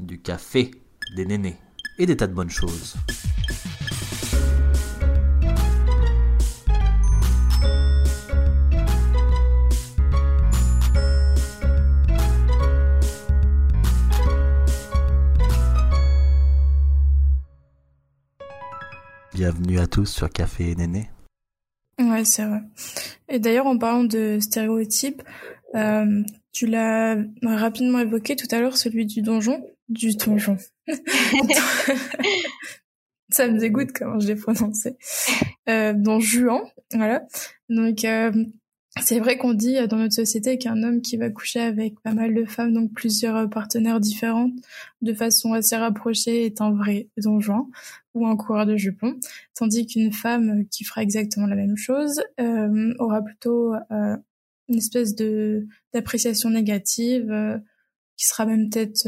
du café, des nénés et des tas de bonnes choses. Bienvenue à tous sur Café et Néné. Ouais, c'est vrai. Et d'ailleurs, en parlant de stéréotypes, tu l'as rapidement évoqué tout à l'heure, celui du donjon. Du donjon. Ça me dégoûte comment je l'ai prononcé. Don Juan, voilà. Donc, c'est vrai qu'on dit dans notre société qu'un homme qui va coucher avec pas mal de femmes, donc plusieurs partenaires différents, de façon assez rapprochée, est un vrai Don Juan ou un coureur de jupons, tandis qu'une femme qui fera exactement la même chose aura plutôt une espèce d'appréciation négative qui sera même peut-être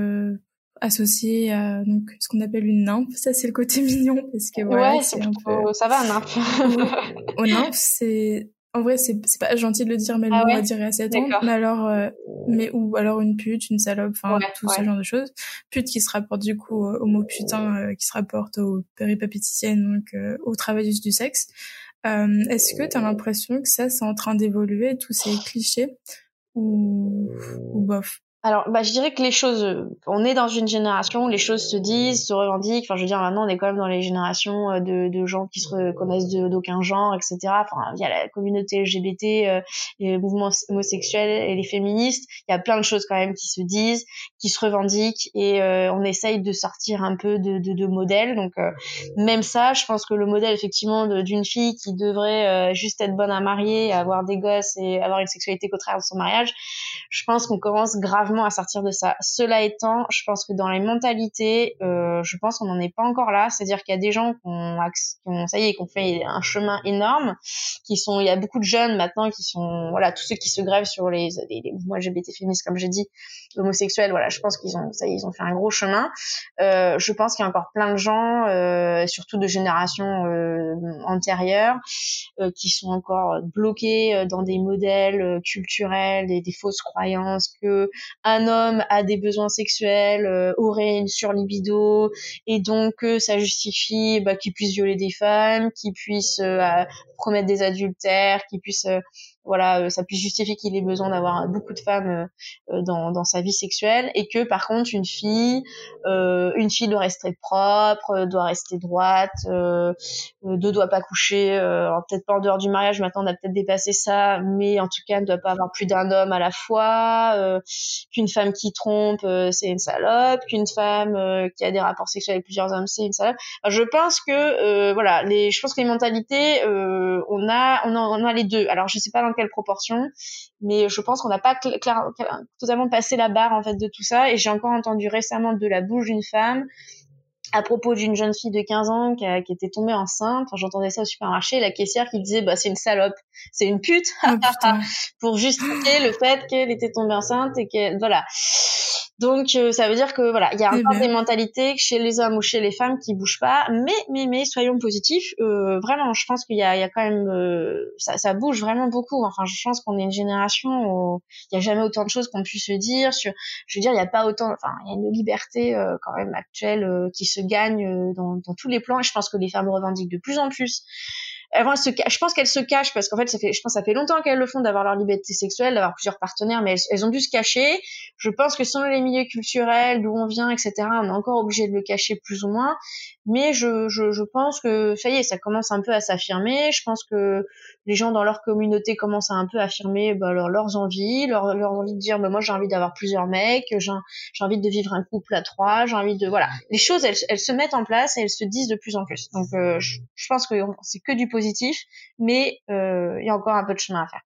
associée à donc ce qu'on appelle une nymphe. Ça, c'est le côté mignon parce que voilà, ouais, c'est un plutôt... peu... Ça va, nymphe. Aux nymphes, c'est... En vrai, c'est pas gentil de le dire, mais le mot, on va dire, est assez tendre. Mais alors, ou alors une pute, une salope, enfin, tout ce genre de choses. Pute qui se rapporte, du coup, au mot putain, qui se rapporte aux péripapéticiennes, donc, aux travailleuses du sexe. Est-ce que t'as l'impression que ça, c'est en train d'évoluer, tous ces clichés, ou bof? Alors, je dirais que les choses, on est dans une génération où les choses se disent, se revendiquent. Enfin, je veux dire, maintenant, on est quand même dans les générations de gens qui se reconnaissent d'aucun genre, etc. Enfin, il y a la communauté LGBT, les mouvements homosexuels et les féministes. Il y a plein de choses quand même qui se disent, qui se revendiquent, et on essaye de sortir un peu de modèles. Donc, même ça, je pense que le modèle, effectivement, d'une fille qui devrait juste être bonne à marier, avoir des gosses et avoir une sexualité qu'au travers de son mariage, je pense qu'on commence gravement à sortir de ça. Cela étant, je pense que dans les mentalités, je pense qu'on n'en est pas encore là. C'est-à-dire qu'il y a des gens qui ont fait un chemin énorme, il y a beaucoup de jeunes maintenant qui sont, voilà, tous ceux qui se grèvent sur les mouvements LGBT féministes, comme j'ai dit, homosexuels, voilà, je pense ils ont fait un gros chemin. Je pense qu'il y a encore plein de gens, surtout de générations antérieures, qui sont encore bloqués dans des modèles culturels, des fausses croyances que un homme a des besoins sexuels, aurait une surlibido, et donc ça justifie qu'il puisse violer des femmes, qu'il puisse commettre des adultères, qu'il puisse ça puisse justifier qu'il ait besoin d'avoir beaucoup de femmes dans sa vie sexuelle, et que par contre une fille doit rester propre, doit rester droite, ne doit pas coucher, alors peut-être pas en dehors du mariage, maintenant on a peut-être dépassé ça, mais en tout cas ne doit pas avoir plus d'un homme à la fois, qu'une femme qui trompe c'est une salope, qu'une femme qui a des rapports sexuels avec plusieurs hommes c'est une salope. Alors, je pense que je pense que les mentalités on a les deux. Alors je sais pas dans quelle proportion, mais je pense qu'on n'a pas totalement passé la barre en fait de tout ça. Et j'ai encore entendu récemment de la bouche d'une femme à propos d'une jeune fille de 15 ans qui était tombée enceinte. Enfin, j'entendais ça au supermarché, la caissière qui disait c'est une salope, c'est une pute, pour justifier le fait qu'elle était tombée enceinte et que voilà. Donc ça veut dire que voilà, il y a encore des mentalités chez les hommes ou chez les femmes qui bougent pas, mais soyons positifs, vraiment, je pense qu'il y a quand même ça bouge vraiment beaucoup. Enfin, je pense qu'on est une génération où il y a jamais autant de choses qu'on puisse se dire sur, je veux dire, il y a pas autant, enfin, il y a une liberté quand même actuelle qui se gagne dans tous les plans, et je pense que les femmes revendiquent de plus en plus. Je pense qu'elles se cachent parce qu'en fait, je pense que ça fait longtemps qu'elles le font, d'avoir leur liberté sexuelle, d'avoir plusieurs partenaires, mais elles ont dû se cacher. Je pense que selon les milieux culturels, d'où on vient, etc., on est encore obligé de le cacher plus ou moins. Mais je pense que ça y est, ça commence un peu à s'affirmer. Je pense que les gens dans leur communauté commencent à un peu affirmer leurs envies, leur envie de dire moi j'ai envie d'avoir plusieurs mecs, j'ai envie de vivre un couple à 3, j'ai envie de voilà. Les choses elles se mettent en place et elles se disent de plus en plus. Donc je pense que c'est que du positif, mais il y a encore un peu de chemin à faire.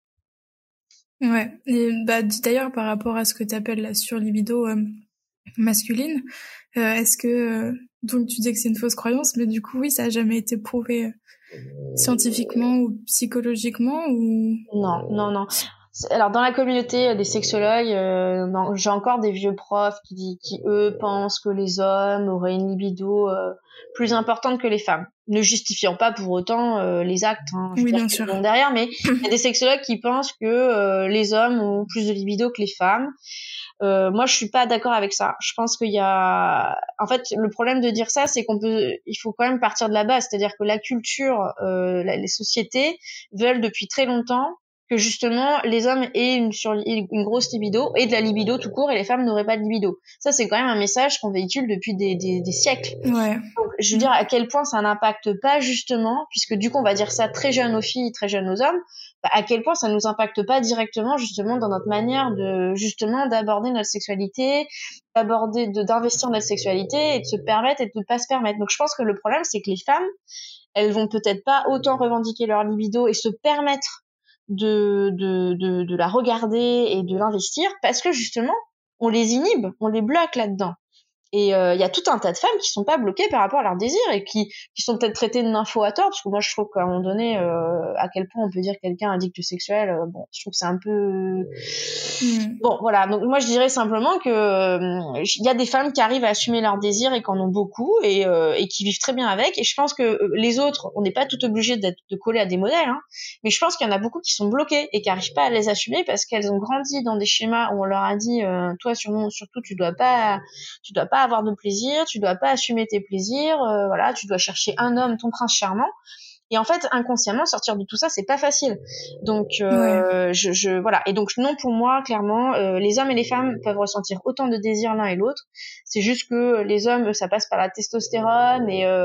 Ouais, et d'ailleurs par rapport à ce que tu appelles la surlibido masculine, est-ce que donc tu dis que c'est une fausse croyance, mais du coup oui, ça a jamais été prouvé scientifiquement ou psychologiquement ou non. Alors dans la communauté des sexologues, j'ai encore des vieux profs qui eux pensent que les hommes auraient une libido plus importante que les femmes, ne justifiant pas pour autant les actes. Hein, je veux Oui, dire bien qu'ils sûr. vont derrière, mais il y a des sexologues qui pensent que les hommes ont plus de libido que les femmes. Moi, je suis pas d'accord avec ça. Je pense qu'il y a, en fait, le problème de dire ça, c'est il faut quand même partir de la base, c'est-à-dire que la culture, les sociétés veulent depuis très longtemps que justement les hommes aient une grosse libido et de la libido tout court et les femmes n'auraient pas de libido. Ça, c'est quand même un message qu'on véhicule depuis des siècles. Ouais. Donc, je veux dire à quel point ça n'impacte pas justement, puisque du coup on va dire ça très jeune aux filles, très jeune aux hommes, à quel point ça nous impacte pas directement justement dans notre manière de justement d'aborder notre sexualité, d'investir notre sexualité et de se permettre et de ne pas se permettre. Donc je pense que le problème c'est que les femmes, elles vont peut-être pas autant revendiquer leur libido et se permettre de la regarder et de l'investir parce que justement on les inhibe, on les bloque là-dedans. Et il y a tout un tas de femmes qui sont pas bloquées par rapport à leurs désirs et qui sont peut-être traitées de nympho à tort, parce que moi je trouve qu'à un moment donné à quel point on peut dire quelqu'un addict sexuel, bon je trouve que c'est un peu bon voilà. Donc moi je dirais simplement que il y a des femmes qui arrivent à assumer leurs désirs et qui en ont beaucoup et qui vivent très bien avec, et je pense que les autres, on n'est pas tout obligé de coller à des modèles, hein, mais je pense qu'il y en a beaucoup qui sont bloquées et qui arrivent pas à les assumer parce qu'elles ont grandi dans des schémas où on leur a dit toi surtout tu dois pas avoir de plaisir, tu dois pas assumer tes plaisirs, voilà, tu dois chercher un homme, ton prince charmant. Et en fait, inconsciemment, sortir de tout ça, c'est pas facile. Donc, voilà. Et donc, non, pour moi, clairement, les hommes et les femmes peuvent ressentir autant de désir l'un et l'autre. C'est juste que les hommes, ça passe par la testostérone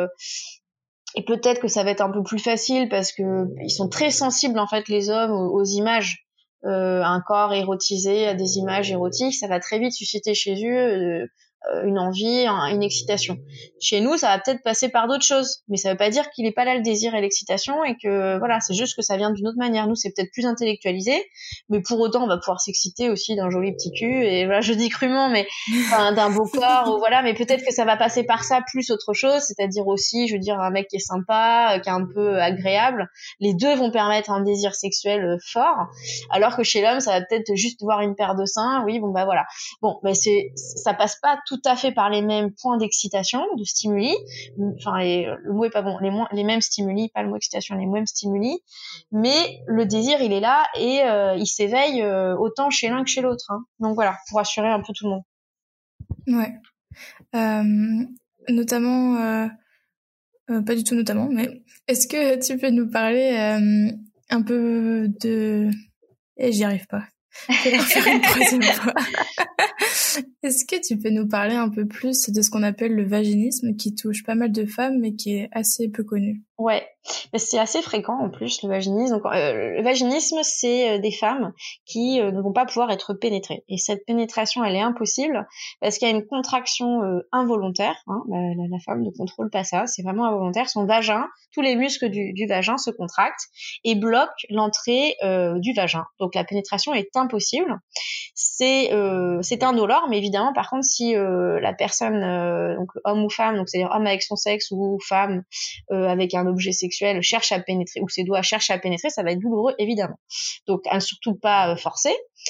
et peut-être que ça va être un peu plus facile parce que ils sont très sensibles, en fait, les hommes aux images. Un corps érotisé, des images érotiques, ça va très vite susciter chez eux une envie, une excitation. Chez nous, ça va peut-être passer par d'autres choses, mais ça veut pas dire qu'il est pas là le désir et l'excitation et que voilà, c'est juste que ça vient d'une autre manière. Nous, c'est peut-être plus intellectualisé, mais pour autant, on va pouvoir s'exciter aussi d'un joli petit cul et voilà, je dis crûment, mais d'un beau corps ou voilà, mais peut-être que ça va passer par ça plus autre chose, c'est-à-dire aussi, je veux dire, un mec qui est sympa, qui est un peu agréable. Les deux vont permettre un désir sexuel fort, alors que chez l'homme, ça va peut-être juste voir une paire de seins. Oui, bon bah voilà. Bon, mais ça passe pas tout à fait par les mêmes points d'excitation, de stimuli. Enfin, le mot est pas bon. Les mêmes stimuli, pas le mot excitation, les mêmes stimuli. Mais le désir, il est là et il s'éveille autant chez l'un que chez l'autre. Hein. Donc voilà, pour rassurer un peu tout le monde. Ouais. Notamment, pas du tout notamment, mais est-ce que tu peux nous parler un peu de... Et j'y arrive pas. Je vais la refaire une troisième fois. Est-ce que tu peux nous parler un peu plus de ce qu'on appelle le vaginisme, qui touche pas mal de femmes, mais qui est assez peu connu? Ouais, mais c'est assez fréquent en plus le vaginisme. Donc, le vaginisme, c'est des femmes qui ne vont pas pouvoir être pénétrées. Et cette pénétration, elle est impossible parce qu'il y a une contraction involontaire. Hein, la femme ne contrôle pas ça, c'est vraiment involontaire. Son vagin, tous les muscles du vagin se contractent et bloquent l'entrée du vagin. Donc la pénétration est impossible. C'est indolore, mais évidemment, par contre, si la personne, donc homme ou femme, donc c'est-à-dire homme avec son sexe ou femme avec un objet sexuel cherche à pénétrer ou ses doigts cherchent à pénétrer, ça va être douloureux évidemment. Donc surtout pas forcer.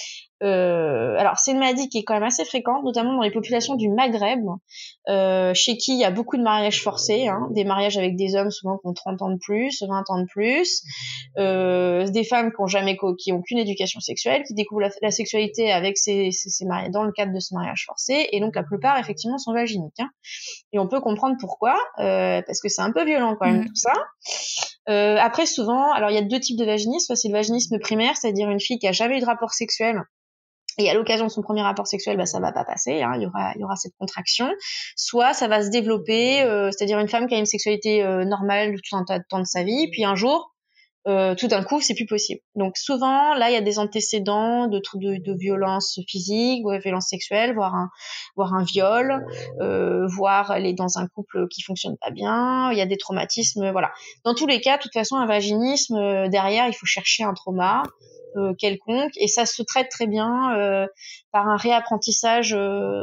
Alors c'est une maladie qui est quand même assez fréquente, notamment dans les populations du Maghreb, chez qui il y a beaucoup de mariages forcés, hein, des mariages avec des hommes souvent qui ont 30 ans de plus, 20 ans de plus, des femmes qui ont qu'une éducation sexuelle, qui découvrent la sexualité avec ces mariages dans le cadre de ce mariage forcé, et donc la plupart effectivement sont vaginiques. Hein. Et on peut comprendre pourquoi, parce que c'est un peu violent quand même tout ça. Après souvent, alors il y a deux types de vaginisme, soit c'est le vaginisme primaire, c'est-à-dire une fille qui a jamais eu de rapport sexuel. Et à l'occasion de son premier rapport sexuel, ça va pas passer, hein, il y aura cette contraction. Soit ça va se développer, c'est-à-dire une femme qui a une sexualité normale tout un tas de temps de sa vie, puis un jour, tout d'un coup, c'est plus possible. Donc souvent, là, il y a des antécédents de violence physique, ou violence sexuelle, voire un viol, voire elle est dans un couple qui fonctionne pas bien, il y a des traumatismes, voilà. Dans tous les cas, de toute façon, un vaginisme, derrière, il faut chercher un trauma quelconque, et ça se traite très bien par un réapprentissage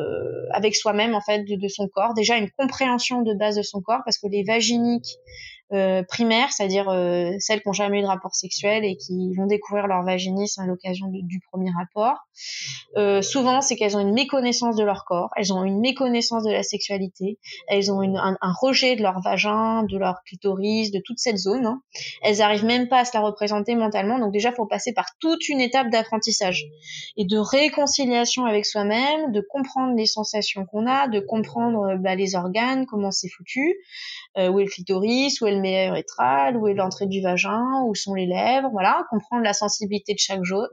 avec soi-même en fait de son corps, déjà une compréhension de base de son corps, parce que les vaginiques primaires, c'est-à-dire celles qui n'ont jamais eu de rapport sexuel et qui vont découvrir leur vaginisme à l'occasion du premier rapport. Souvent, c'est qu'elles ont une méconnaissance de leur corps, elles ont une méconnaissance de la sexualité, elles ont un rejet de leur vagin, de leur clitoris, de toute cette zone. Hein. Elles n'arrivent même pas à se la représenter mentalement, donc déjà, il faut passer par toute une étape d'apprentissage et de réconciliation avec soi-même, de comprendre les sensations qu'on a, de comprendre les organes, comment c'est foutu, où est le clitoris, où est le méa urétral, où est l'entrée du vagin, où sont les lèvres, voilà, comprendre la sensibilité de chaque zone,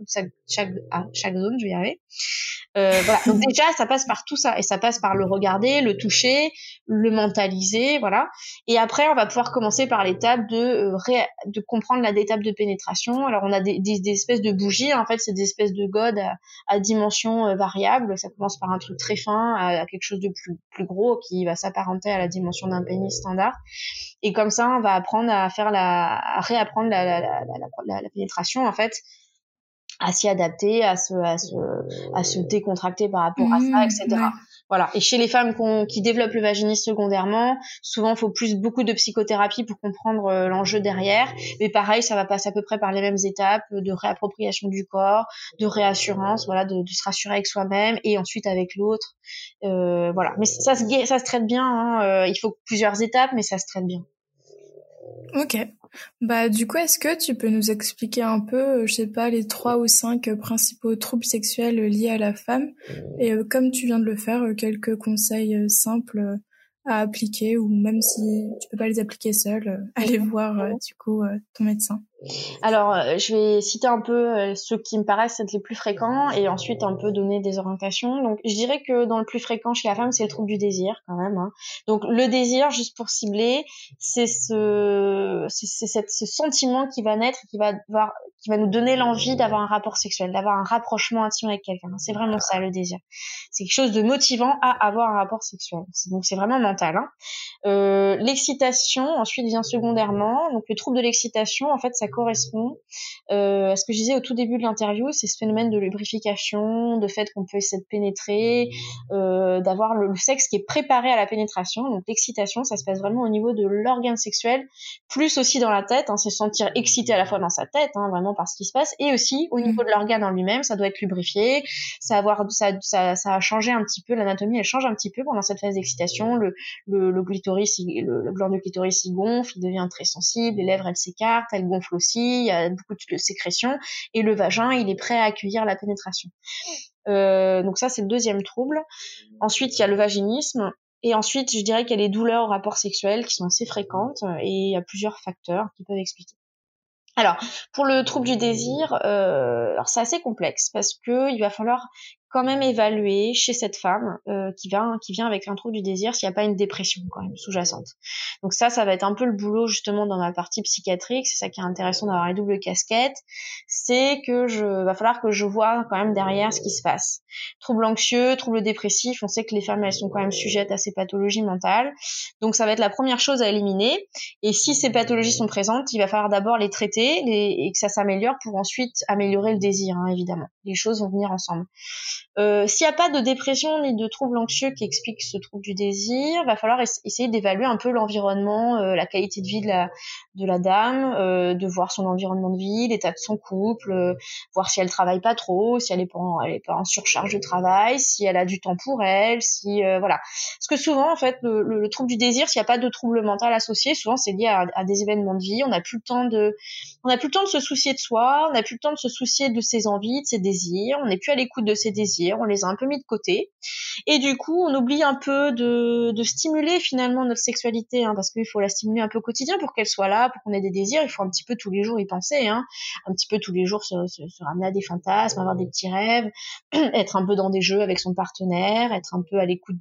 je vais y arriver. Voilà. Donc déjà, ça passe par tout ça, et ça passe par le regarder, le toucher, le mentaliser, voilà. Et après, on va pouvoir commencer par l'étape de comprendre l'étape de pénétration. Alors, on a des espèces de bougies, en fait, c'est des espèces de godes à dimension variable. Ça commence par un truc très fin à quelque chose de plus gros qui va s'apparenter à la dimension d'un pénis standard. Et comme ça, on va apprendre à réapprendre la pénétration, en fait, à s'y adapter, à se décontracter par rapport à ça, etc. Ouais. Voilà. Et chez les femmes qui développent le vaginisme secondairement, souvent, il faut beaucoup de psychothérapie pour comprendre l'enjeu derrière. Mais pareil, ça va passer à peu près par les mêmes étapes de réappropriation du corps, de réassurance, voilà, de se rassurer avec soi-même et ensuite avec l'autre. Voilà. Mais ça se traite bien, hein. Il faut plusieurs étapes, mais ça se traite bien. Ok. Bah, du coup, est-ce que tu peux nous expliquer un peu, je sais pas, les 3 ou 5 principaux troubles sexuels liés à la femme? Et comme tu viens de le faire, quelques conseils simples à appliquer, ou même si tu peux pas les appliquer seul, aller voir, du coup, ton médecin. Alors, je vais citer un peu ceux qui me paraissent être les plus fréquents et ensuite un peu donner des orientations. Donc, je dirais que dans le plus fréquent chez la femme, c'est le trouble du désir quand même. Hein. Donc, le désir, juste pour cibler, c'est ce sentiment qui va naître, qui va nous donner l'envie d'avoir un rapport sexuel, d'avoir un rapprochement intime avec quelqu'un. C'est vraiment ça, le désir. C'est quelque chose de motivant à avoir un rapport sexuel. Donc, c'est vraiment mental. Hein. L'excitation, ensuite, vient secondairement. Donc, le trouble de l'excitation, en fait, ça correspond à ce que je disais au tout début de l'interview, c'est ce phénomène de lubrification, de fait qu'on peut essayer de pénétrer, d'avoir le sexe qui est préparé à la pénétration. Donc l'excitation, ça se passe vraiment au niveau de l'organe sexuel, plus aussi dans la tête, hein, c'est se sentir excité à la fois dans sa tête, hein, vraiment par ce qui se passe, et aussi au niveau de l'organe en lui-même, ça doit être lubrifié, ça a changé un petit peu, l'anatomie elle change un petit peu pendant cette phase d'excitation, le clitoris, le gland du clitoris il gonfle, il devient très sensible, les lèvres elles s'écartent, elles gonflent aussi, il y a beaucoup de sécrétions, et le vagin il est prêt à accueillir la pénétration. Donc ça c'est le deuxième trouble. Ensuite il y a le vaginisme, et ensuite je dirais qu'il y a les douleurs au rapport sexuel qui sont assez fréquentes, et il y a plusieurs facteurs qui peuvent expliquer. Alors, pour le trouble du désir, alors c'est assez complexe parce que il va falloir quand même évaluer chez cette femme qui vient avec un trouble du désir s'il n'y a pas une dépression quand même sous-jacente. Donc ça va être un peu le boulot justement dans ma partie psychiatrique. C'est ça qui est intéressant d'avoir les doubles casquettes. C'est que va falloir que je vois quand même derrière ce qui se passe. Trouble anxieux, trouble dépressif, on sait que les femmes elles sont quand même sujettes à ces pathologies mentales. Donc ça va être la première chose à éliminer. Et si ces pathologies sont présentes, il va falloir d'abord les traiter et que ça s'améliore pour ensuite améliorer le désir, hein, évidemment. Les choses vont venir ensemble. S'il n'y a pas de dépression ni de trouble anxieux qui explique ce trouble du désir, va falloir essayer d'évaluer un peu l'environnement, la qualité de vie de la dame, de voir son environnement de vie, l'état de son couple, voir si elle travaille pas trop, si elle est pas en surcharge de travail, si elle a du temps pour elle, si voilà. Parce que souvent en fait le trouble du désir, s'il n'y a pas de trouble mental associé, souvent c'est lié à des événements de vie. On n'a plus le temps de se soucier de soi, on n'a plus le temps de se soucier de ses envies, de ses désirs, on n'est plus à l'écoute de ses désirs, on les a un peu mis de côté. Et du coup, on oublie un peu de stimuler finalement notre sexualité, hein, parce qu'il faut la stimuler un peu au quotidien pour qu'elle soit là, pour qu'on ait des désirs. Il faut un petit peu tous les jours y penser, hein, un petit peu tous les jours se ramener à des fantasmes, avoir des petits rêves, être un peu dans des jeux avec son partenaire, être un peu à l'écoute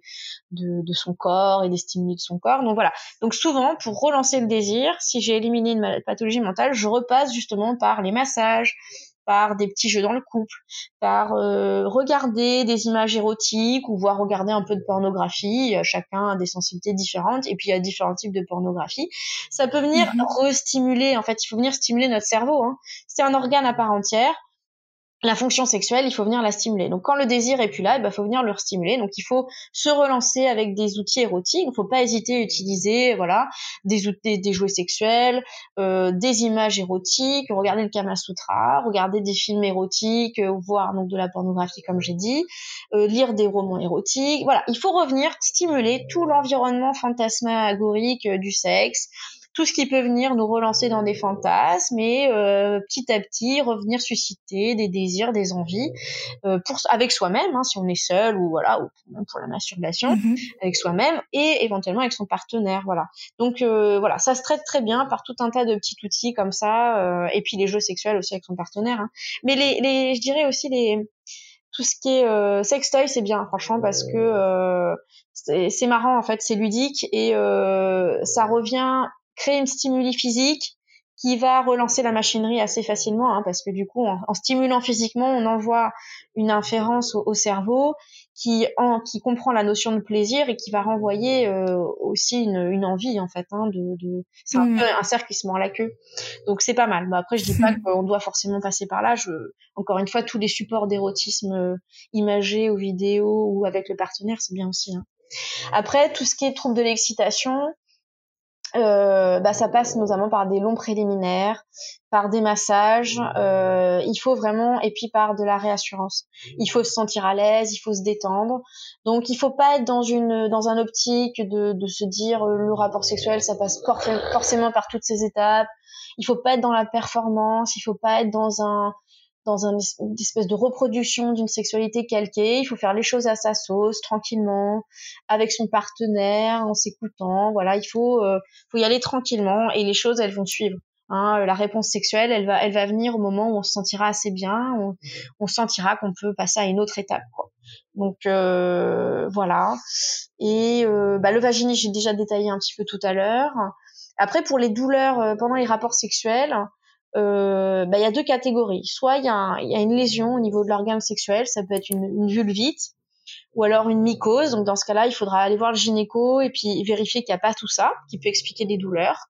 de son corps et des stimuli de son corps. Donc voilà. Donc souvent, pour relancer le désir, si j'ai éliminé une pathologie mentale, je repasse justement par les massages, par des petits jeux dans le couple, par regarder des images érotiques ou voir regarder un peu de pornographie. Chacun a des sensibilités différentes et puis il y a différents types de pornographie. Ça peut venir restimuler, en fait, il faut venir stimuler notre cerveau. Hein. C'est un organe à part entière. la fonction sexuelle, il faut venir la stimuler. Donc quand le désir est plus là, il faut venir le stimuler. Donc il faut se relancer avec des outils érotiques. Il faut pas hésiter à utiliser des jouets sexuels, des images érotiques, regarder le Kama Sutra, regarder des films érotiques, voir donc de la pornographie comme j'ai dit, lire des romans érotiques. Voilà, il faut revenir stimuler tout l'environnement fantasmagorique du sexe. Tout ce qui peut venir nous relancer dans des fantasmes et petit à petit revenir susciter des désirs, des envies avec soi-même, hein, si on est seul ou même pour la masturbation, avec soi-même et éventuellement avec son partenaire, voilà. Donc ça se traite très bien par tout un tas de petits outils comme ça et puis les jeux sexuels aussi avec son partenaire. Hein. Mais je dirais aussi tout ce qui est sextoy, c'est bien franchement parce que c'est marrant en fait, c'est ludique et ça revient créer une stimuli physique qui va relancer la machinerie assez facilement, hein, parce que du coup, en stimulant physiquement, on envoie une inférence au cerveau qui comprend la notion de plaisir et qui va renvoyer aussi une envie en fait. Hein, c'est un peu un cercle qui se mord la queue. Donc c'est pas mal. Bah, après, je dis pas qu'on doit forcément passer par là. Encore une fois, tous les supports d'érotisme imagés ou vidéo ou avec le partenaire, c'est bien aussi. Hein. Après, tout ce qui est trouble de l'excitation. Ça passe notamment par des longs préliminaires, par des massages, il faut vraiment, et puis par de la réassurance. Il faut se sentir à l'aise, il faut se détendre. Donc il faut pas être dans un optique de se dire le rapport sexuel ça passe forcément par toutes ces étapes. Il faut pas être dans la performance, il faut pas être dans une espèce de reproduction d'une sexualité calquée. Il faut faire les choses à sa sauce, tranquillement, avec son partenaire, en s'écoutant. Voilà, il faut y aller tranquillement et les choses, elles vont suivre. Hein, la réponse sexuelle, elle va venir au moment où on se sentira assez bien, on sentira qu'on peut passer à une autre étape, quoi. Donc voilà. Et le vaginisme, j'ai déjà détaillé un petit peu tout à l'heure. Après, pour les douleurs pendant les rapports sexuels, y a deux catégories. Soit il y a une lésion au niveau de l'organe sexuel, ça peut être une vulvite ou alors une mycose. Donc dans ce cas-là, il faudra aller voir le gynéco et puis vérifier qu'il n'y a pas tout ça, qui peut expliquer des douleurs.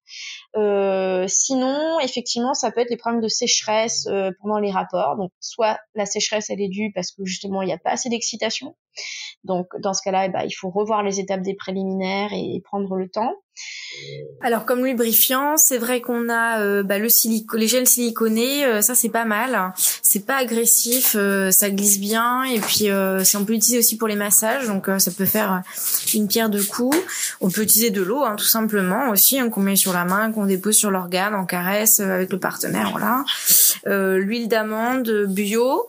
Sinon, effectivement, ça peut être les problèmes de sécheresse pendant les rapports. Donc soit la sécheresse elle est due parce que justement il n'y a pas assez d'excitation. Donc dans ce cas-là, il faut revoir les étapes des préliminaires et prendre le temps. Alors comme lubrifiant, c'est vrai qu'on a les gels siliconés, ça c'est pas mal, c'est pas agressif, ça glisse bien et puis on peut l'utiliser aussi pour les massages, donc ça peut faire une pierre deux coups. On peut utiliser de l'eau, hein, tout simplement aussi, hein, qu'on met sur la main, qu'on dépose sur l'organe en caresse avec le partenaire, voilà. L'huile d'amande bio,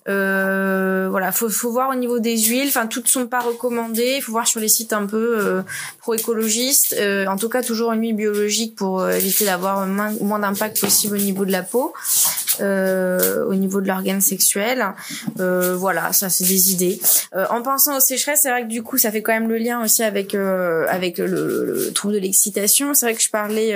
voilà, faut voir au niveau des huiles, enfin toutes sont pas recommandées, il faut voir sur les sites un peu pro-écologistes. En tout cas, toujours une huile biologique pour éviter d'avoir moins d'impact possible au niveau de la peau, au niveau de l'organe sexuel. Voilà, ça c'est des idées. En pensant aux sécheresses, c'est vrai que du coup, ça fait quand même le lien aussi avec le trouble de l'excitation. C'est vrai que je parlais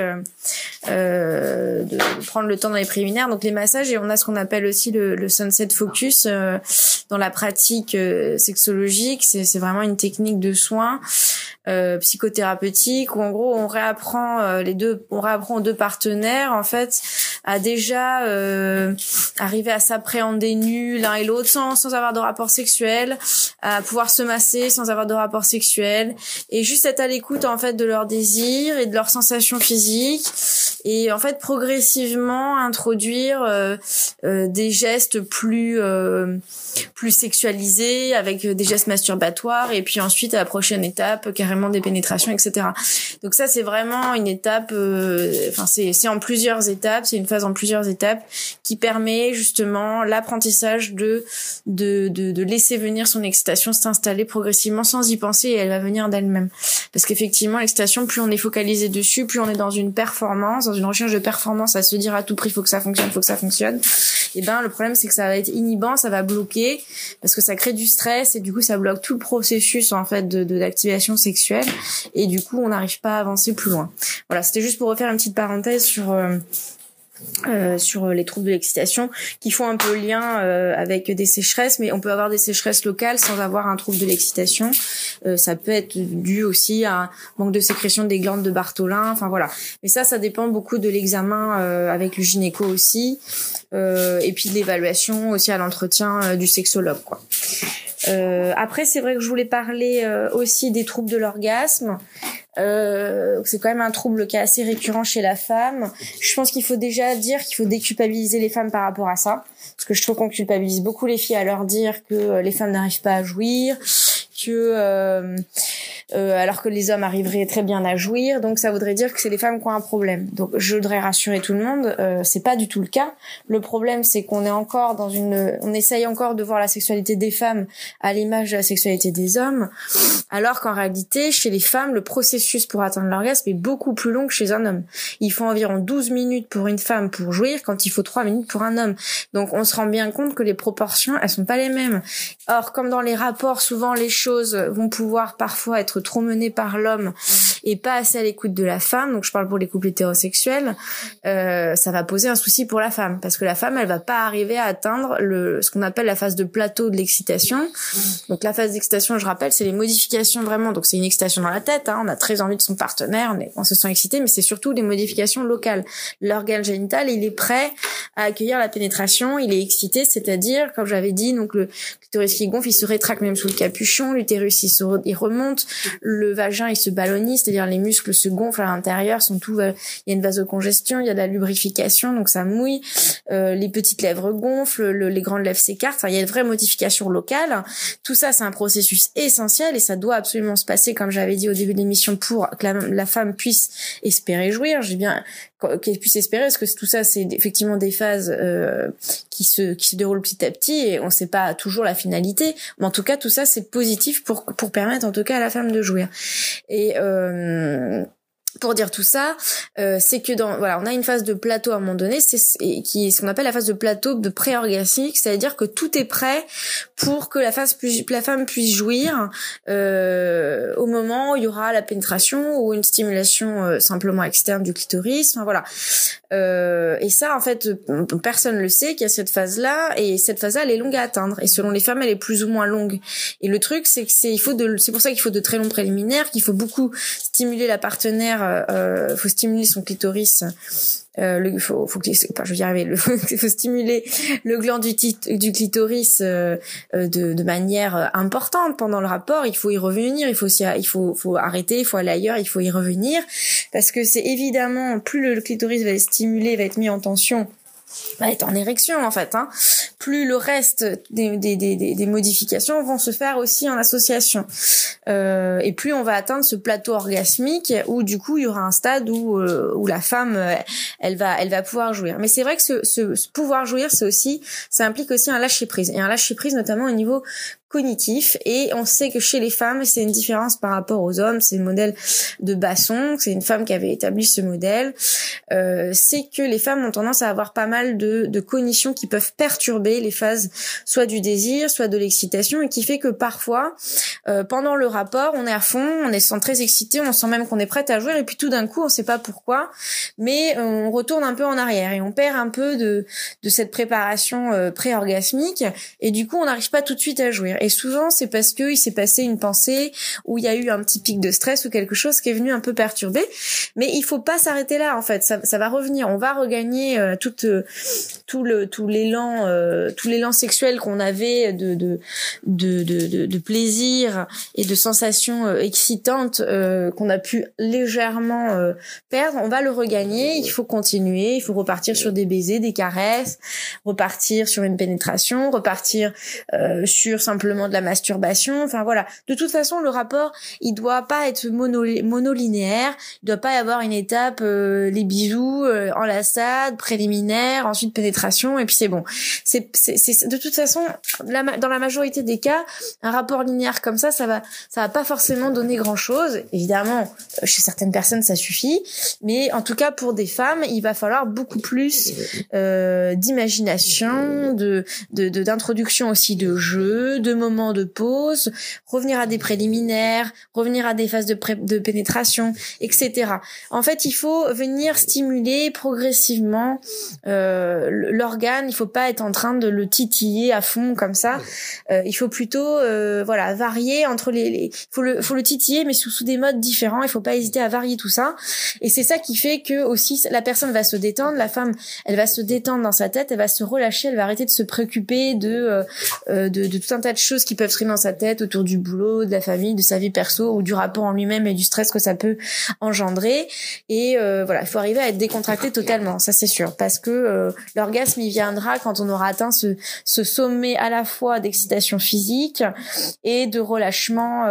de prendre le temps dans les préliminaires, donc les massages, et on a ce qu'on appelle aussi le sunset focus dans la pratique sexologique. C'est vraiment une technique de soin psychothérapeutique où en gros on réapprend aux deux partenaires en fait à déjà arriver à s'appréhender nus l'un et l'autre sans avoir de rapport sexuel, à pouvoir se masser sans avoir de rapport sexuel et juste être à l'écoute en fait de leurs désirs et de leurs sensations physiques et en fait progressivement introduire des gestes plus sexualisés avec des gestes masturbatoires et puis ensuite à la prochaine étape carrément des pénétrations, etc. Donc ça c'est vraiment une étape, c'est en plusieurs étapes, c'est une phase en plusieurs étapes qui permet justement l'apprentissage de laisser venir son excitation s'installer progressivement sans y penser et elle va venir d'elle-même. Parce qu'effectivement l'excitation, plus on est focalisé dessus, plus on est dans une performance, dans une recherche de performance à se dire à tout prix faut que ça fonctionne. Et le problème c'est que ça va être inhibant, ça va bloquer parce que ça crée du stress et du coup ça bloque tout le processus en fait de l'activation sexuelle et du coup on n'arrive pas à avancer plus loin. Voilà, c'était juste pour refaire une petite parenthèse sur sur les troubles de l'excitation qui font un peu lien avec des sécheresses, mais on peut avoir des sécheresses locales sans avoir un trouble de l'excitation. Ça peut être dû aussi à un manque de sécrétion des glandes de Bartholin, enfin voilà. Mais ça dépend beaucoup de l'examen avec le gynéco aussi, et puis de l'évaluation aussi à l'entretien du sexologue, quoi. Après, c'est vrai que je voulais parler aussi des troubles de l'orgasme. C'est quand même un trouble qui est assez récurrent chez la femme. Je pense qu'il faut déjà dire qu'il faut déculpabiliser les femmes par rapport à ça, parce que je trouve qu'on culpabilise beaucoup les filles à leur dire que les femmes n'arrivent pas à jouir, que alors que les hommes arriveraient très bien à jouir, donc ça voudrait dire que c'est les femmes qui ont un problème. Donc je voudrais rassurer tout le monde, c'est pas du tout le cas. Le problème, c'est qu'on est encore on essaye encore de voir la sexualité des femmes à l'image de la sexualité des hommes, alors qu'en réalité, chez les femmes, le processus pour atteindre l'orgasme est beaucoup plus long que chez un homme. Il faut environ 12 minutes pour une femme pour jouir, quand il faut 3 minutes pour un homme. Donc on se rend bien compte que les proportions, elles sont pas les mêmes. Or, comme dans les rapports, souvent les choses vont pouvoir parfois être trop menées par l'homme et pas assez à l'écoute de la femme, donc je parle pour les couples hétérosexuels, ça va poser un souci pour la femme, parce que la femme, elle va pas arriver à atteindre ce qu'on appelle la phase de plateau de l'excitation. Donc la phase d'excitation, je rappelle, c'est les modifications vraiment, donc c'est une excitation dans la tête, on a très envie de son partenaire, on se sent excité, mais c'est surtout des modifications locales. L'organe génital, il est prêt à accueillir la pénétration, il est excité, c'est-à-dire, comme j'avais dit, donc le clitoris qui gonfle, il se rétracte même sous le capuchon, l'utérus il remonte, le vagin il se ballonise, c'est-à-dire les muscles se gonflent à l'intérieur, il y a une vasocongestion, il y a de la lubrification, donc ça mouille, les petites lèvres gonflent, les grandes lèvres s'écartent, enfin il y a une vraie modification locale. Tout ça, c'est un processus essentiel et ça doit absolument se passer, comme j'avais dit au début de l'émission, pour que la femme puisse espérer jouir. J'ai bien qu'elle puisse espérer, parce que tout ça, c'est effectivement des phases qui se déroulent petit à petit et on sait pas toujours la finalité, mais en tout cas tout ça c'est positif pour permettre en tout cas à la femme de jouir. Et pour dire tout ça, c'est que on a une phase de plateau à un moment donné, qui est ce qu'on appelle la phase de plateau de pré-orgasmique, c'est-à-dire que tout est prêt pour que la femme puisse jouir au moment où il y aura la pénétration ou une stimulation simplement externe du clitoris, enfin voilà. Et ça, en fait, personne le sait qu'il y a cette phase-là, et cette phase-là, elle est longue à atteindre. Et selon les femmes, elle est plus ou moins longue. Et le truc, c'est que c'est pour ça qu'il faut de très longs préliminaires, qu'il faut beaucoup stimuler la partenaire, faut stimuler son clitoris. Faut stimuler le gland du clitoris de manière importante pendant le rapport. Il faut y revenir, il faut arrêter, il faut aller ailleurs, il faut y revenir, parce que c'est évidemment, plus le clitoris va être stimulé, va être mis en tension, va être en érection en fait, plus le reste des modifications vont se faire aussi en association, et plus on va atteindre ce plateau orgasmique où du coup il y aura un stade où la femme elle va pouvoir jouir. Mais c'est vrai que ce pouvoir jouir, ça implique aussi un lâcher prise, et un lâcher prise notamment au niveau cognitif, et on sait que chez les femmes c'est une différence par rapport aux hommes. C'est le modèle de Basson, c'est une femme qui avait établi ce modèle, c'est que les femmes ont tendance à avoir pas mal de cognitions qui peuvent perturber les phases soit du désir, soit de l'excitation, et qui fait que parfois pendant le rapport on est à fond, on se sent très excité, on sent même qu'on est prête à jouer, et puis tout d'un coup on sait pas pourquoi, mais on retourne un peu en arrière et on perd un peu de cette préparation pré-orgasmique, et du coup on n'arrive pas tout de suite à jouir. Et souvent, c'est parce que il s'est passé une pensée, ou il y a eu un petit pic de stress ou quelque chose qui est venu un peu perturber. Mais il faut pas s'arrêter là, en fait. Ça va revenir. On va regagner tout l'élan sexuel qu'on avait de plaisir et de sensations excitantes qu'on a pu légèrement perdre. On va le regagner. Il faut continuer. Il faut repartir sur des baisers, des caresses, repartir sur une pénétration, repartir sur simplement de la masturbation, enfin voilà. De toute façon, le rapport, il doit pas être monolinéaire, il doit pas y avoir une étape, les bisous, enlaçade, préliminaire, ensuite pénétration, et puis c'est bon. C'est de toute façon, dans la majorité des cas, un rapport linéaire comme ça va pas forcément donner grand chose. Évidemment, chez certaines personnes, ça suffit, mais en tout cas, pour des femmes, il va falloir beaucoup plus d'imagination, d'introduction aussi de jeu, de moments de pause, revenir à des préliminaires, revenir à des phases de pénétration, etc. En fait, il faut venir stimuler progressivement l'organe. Il faut pas être en train de le titiller à fond comme ça. Il faut plutôt varier entre faut le titiller, mais sous des modes différents. Il faut pas hésiter à varier tout ça. Et c'est ça qui fait que aussi la personne va se détendre, la femme, elle va se détendre dans sa tête, elle va se relâcher, elle va arrêter de se préoccuper de tout un tas de choses qui peuvent se traîner dans sa tête autour du boulot, de la famille, de sa vie perso ou du rapport en lui-même et du stress que ça peut engendrer. Et il faut arriver à être décontracté totalement, ça c'est sûr, parce que l'orgasme il viendra quand on aura atteint ce sommet à la fois d'excitation physique et de relâchement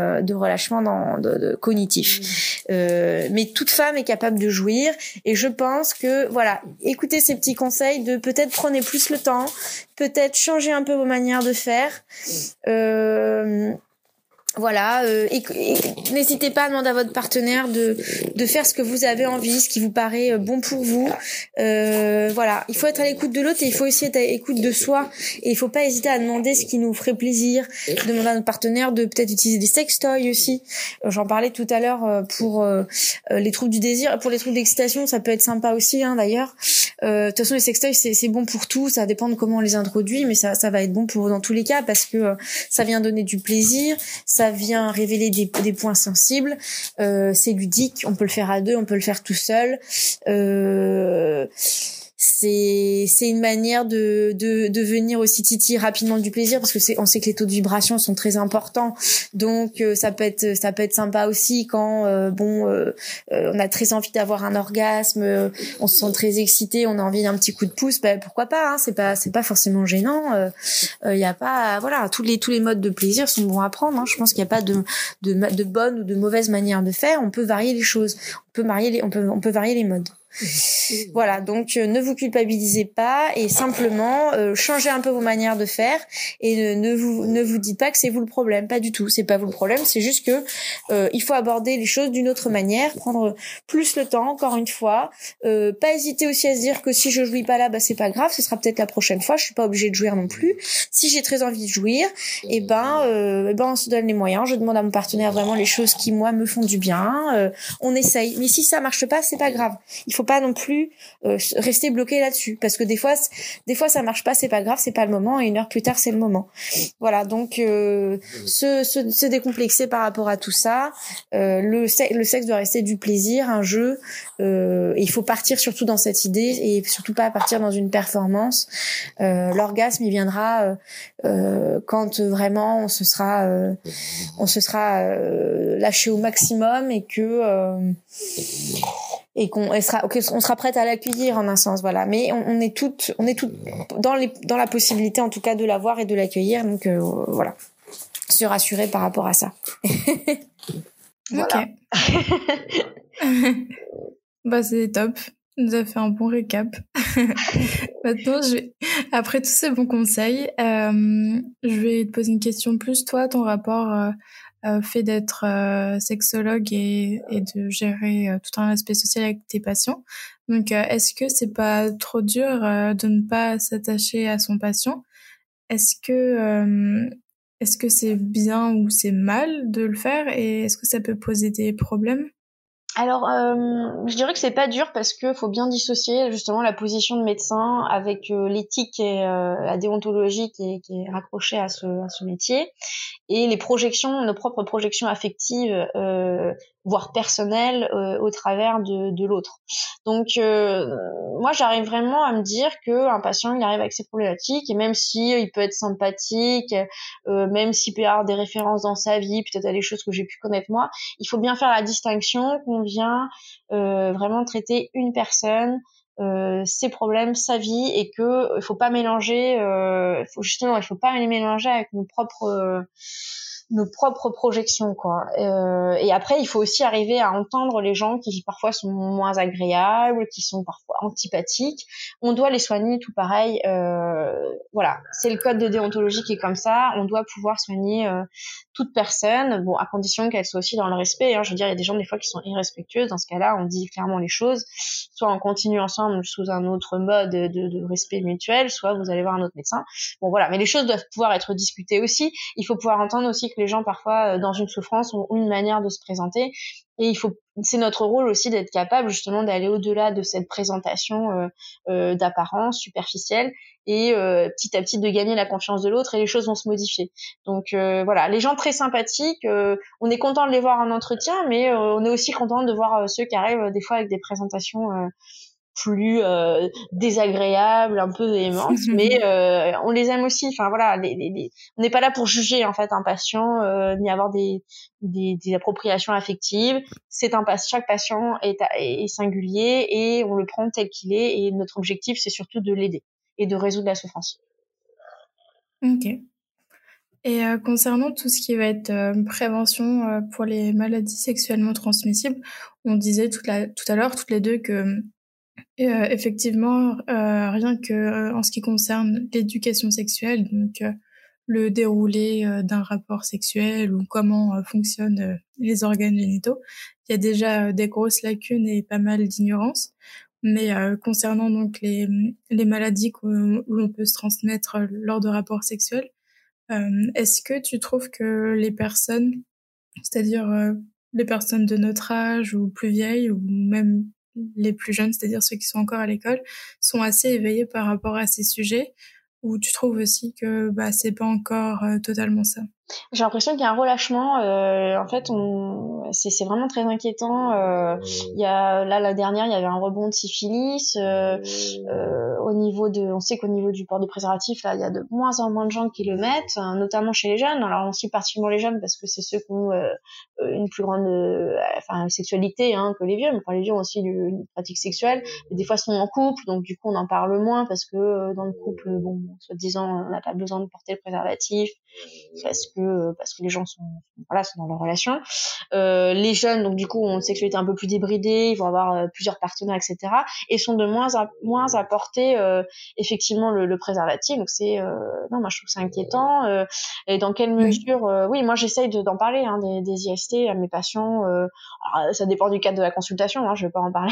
cognitif. Mais toute femme est capable de jouir, et je pense que écoutez ces petits conseils de peut-être prenez plus le temps, peut-être changer un peu vos manières de faire. Et n'hésitez pas à demander à votre partenaire de faire ce que vous avez envie, ce qui vous paraît bon pour vous. Il faut être à l'écoute de l'autre, et il faut aussi être à l'écoute de soi, et il faut pas hésiter à demander ce qui nous ferait plaisir, demander à notre partenaire de peut-être utiliser des sextoys aussi. J'en parlais tout à l'heure pour les troubles du désir, pour les troubles d'excitation, ça peut être sympa aussi d'ailleurs. De toute façon les sextoys c'est bon pour tout, ça dépend de comment on les introduit, mais ça va être bon pour dans tous les cas, parce que ça vient donner du plaisir, ça vient révéler des points sensibles, c'est ludique, on peut le faire à deux, on peut le faire tout seul. C'est une manière de venir aussi titiller rapidement du plaisir, parce que on sait que les taux de vibration sont très importants, donc ça peut être sympa aussi quand on a très envie d'avoir un orgasme, on se sent très excité, on a envie d'un petit coup de pouce, pourquoi pas, c'est pas forcément gênant. Il y a pas tous les modes de plaisir sont bons à prendre, je pense qu'il n'y a pas de bonne ou de mauvaise manière de faire, on peut varier les choses, on peut varier les modes. Voilà, donc ne vous culpabilisez pas, et simplement changez un peu vos manières de faire, et ne vous dites pas que c'est vous le problème, pas du tout, c'est pas vous le problème, c'est juste que il faut aborder les choses d'une autre manière, prendre plus le temps, encore une fois, pas hésiter aussi à se dire que si je jouis pas là, c'est pas grave, ce sera peut-être la prochaine fois, je suis pas obligée de jouir non plus. Si j'ai très envie de jouir, on se donne les moyens, je demande à mon partenaire vraiment les choses qui moi me font du bien, on essaye, mais si ça marche pas, c'est pas grave, il faut pas non plus rester bloqué là-dessus, parce que des fois ça marche pas, c'est pas grave, c'est pas le moment, et 1 heure plus tard c'est le moment. Voilà, donc se décomplexer par rapport à tout ça. Le sexe doit rester du plaisir, un jeu, et il faut partir surtout dans cette idée, et surtout pas partir dans une performance. L'orgasme il viendra quand vraiment on se sera lâché au maximum, et qu'on sera prête à l'accueillir en un sens, voilà. Mais on est toutes dans la possibilité en tout cas de l'avoir et de l'accueillir, donc voilà, se rassurer par rapport à ça. Voilà. Ok. C'est top. Tu nous as fait un bon récap. Maintenant, après tous ces bons conseils, je vais te poser une question plus, toi, ton rapport fait d'être sexologue et de gérer tout un aspect social avec tes patients. Donc, est-ce que c'est pas trop dur de ne pas s'attacher à son patient? Est-ce que c'est bien ou c'est mal de le faire, et est-ce que ça peut poser des problèmes? Alors, je dirais que c'est pas dur, parce que faut bien dissocier justement la position de médecin avec l'éthique et la déontologie qui est raccrochée à ce métier, et les projections, nos propres projections affectives, voire personnelles, au travers de l'autre. Donc, moi, j'arrive vraiment à me dire que un patient, il arrive avec ses problématiques, et même si il peut être sympathique, même s'il peut y avoir des références dans sa vie, peut-être à des choses que j'ai pu connaître moi, il faut bien faire la distinction qu'on vient vraiment traiter une personne, ses problèmes, sa vie, et que il faut pas mélanger, il faut pas les mélanger avec nos propres nos propres projections, quoi. Et après, il faut aussi arriver à entendre les gens qui parfois sont moins agréables, qui sont parfois antipathiques. On doit les soigner, tout pareil. Voilà, c'est le code de déontologie qui est comme ça. On doit pouvoir soigner toute personne, bon, à condition qu'elle soit aussi dans le respect. Hein. Je veux dire, il y a des gens des fois qui sont irrespectueux. Dans ce cas-là, on dit clairement les choses. Soit on continue ensemble sous un autre mode de respect mutuel, soit vous allez voir un autre médecin. Bon, voilà. Mais les choses doivent pouvoir être discutées aussi. Il faut pouvoir entendre aussi que les gens, parfois, dans une souffrance, ont une manière de se présenter. Et c'est notre rôle aussi d'être capable justement d'aller au-delà de cette présentation d'apparence superficielle et petit à petit de gagner la confiance de l'autre et les choses vont se modifier. Donc voilà, les gens très sympathiques, on est content de les voir en entretien, mais on est aussi content de voir ceux qui arrivent des fois avec des présentations plus désagréables, un peu véhémentes, mais on les aime aussi. Enfin voilà, on n'est pas là pour juger en fait un patient ni avoir des appropriations affectives. Chaque patient est singulier et on le prend tel qu'il est et notre objectif c'est surtout de l'aider et de résoudre la souffrance. Ok. Et concernant tout ce qui va être prévention pour les maladies sexuellement transmissibles, on disait tout à l'heure toutes les deux que effectivement rien que en ce qui concerne l'éducation sexuelle, donc le déroulé d'un rapport sexuel ou comment fonctionnent les organes génitaux, il y a déjà des grosses lacunes et pas mal d'ignorance. Mais concernant donc les maladies où l'on peut se transmettre lors de rapports sexuels, est-ce que tu trouves que les personnes, c'est-à-dire les personnes de notre âge ou plus vieilles ou même les plus jeunes, c'est-à-dire ceux qui sont encore à l'école, sont assez éveillés par rapport à ces sujets, ou tu trouves aussi que c'est pas encore totalement ça? J'ai l'impression qu'il y a un relâchement. En fait, c'est vraiment très inquiétant. Il y a là la dernière, il y avait un rebond de syphilis. On sait qu'au niveau du port de préservatif, là, il y a de moins en moins de gens qui le mettent, notamment chez les jeunes. Alors on cite particulièrement les jeunes parce que c'est ceux qui ont une plus grande sexualité que les vieux. Mais enfin, les vieux ont aussi une pratique sexuelle. Mais des fois, sont en couple, donc du coup, on en parle moins parce que dans le couple, soi-disant, on n'a pas besoin de porter le préservatif parce que les gens sont dans leur relation. Les jeunes, donc du coup, ont une sexualité un peu plus débridée, ils vont avoir plusieurs partenaires, etc. Et sont de moins à porter effectivement le préservatif. Donc moi je trouve que c'est inquiétant. Et dans quelle mesure oui, moi j'essaye d'en parler des IST à mes patients. Alors, ça dépend du cadre de la consultation, je vais pas en parler.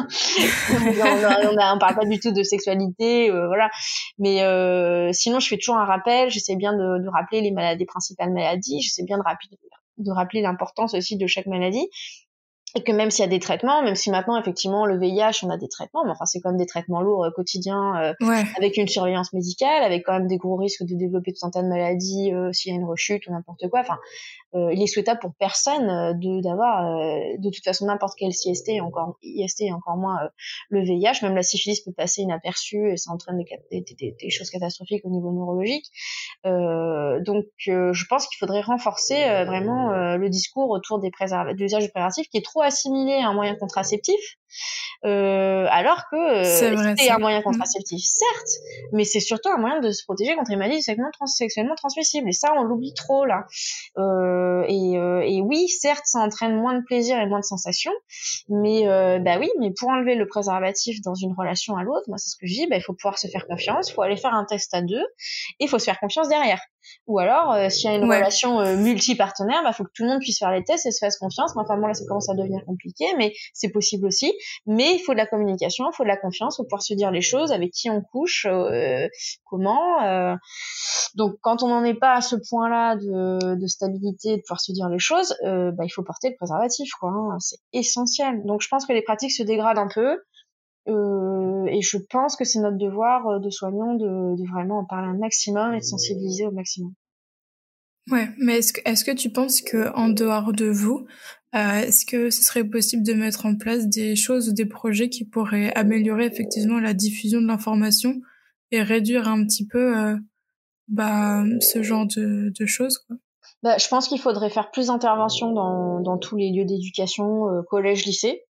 on parle pas du tout de sexualité, voilà. Mais sinon, je fais toujours un rappel. J'essaie bien de rappeler les principales maladies. J'essaie bien de rappeler l'importance aussi de chaque maladie. Et que même s'il y a des traitements, même si maintenant, effectivement, le VIH, on a des traitements, mais enfin, c'est quand même des traitements lourds quotidiens, avec une surveillance médicale, avec quand même des gros risques de développer tout un tas de maladies, s'il y a une rechute ou n'importe quoi. Enfin, il est souhaitable pour personne d'avoir de toute façon n'importe quel IST et encore moins le VIH. Même la syphilis peut passer inaperçue et ça entraîne des choses catastrophiques au niveau neurologique. Donc je pense qu'il faudrait renforcer vraiment le discours autour de l'usage du préservatif qui est trop assimilé à un moyen contraceptif, alors que c'est un moyen contraceptif, certes, mais c'est surtout un moyen de se protéger contre les maladies sexuellement transmissibles. Et ça, on l'oublie trop là. Et oui, certes, ça entraîne moins de plaisir et moins de sensations, mais mais pour enlever le préservatif dans une relation à l'autre, moi c'est ce que je dis, il faut pouvoir se faire confiance, il faut aller faire un test à deux, et il faut se faire confiance derrière. Ou alors, s'il y a une relation multi-partenaire, faut que tout le monde puisse faire les tests et se fasse confiance. Mais enfin, bon, là, ça commence à devenir compliqué, mais c'est possible aussi. Mais il faut de la communication, il faut de la confiance, il faut pouvoir se dire les choses, avec qui on couche, comment. Donc, quand on n'en est pas à ce point-là de stabilité, de pouvoir se dire les choses, il faut porter le préservatif, quoi. C'est essentiel. Donc, je pense que les pratiques se dégradent un peu. Et je pense que c'est notre devoir de soignants de vraiment en parler un maximum et de sensibiliser au maximum. Ouais, mais est-ce que tu penses que en dehors de vous, est-ce que ce serait possible de mettre en place des choses ou des projets qui pourraient améliorer effectivement la diffusion de l'information et réduire un petit peu ce genre de choses, quoi? Je pense qu'il faudrait faire plus d'interventions dans tous les lieux d'éducation, collège, lycée.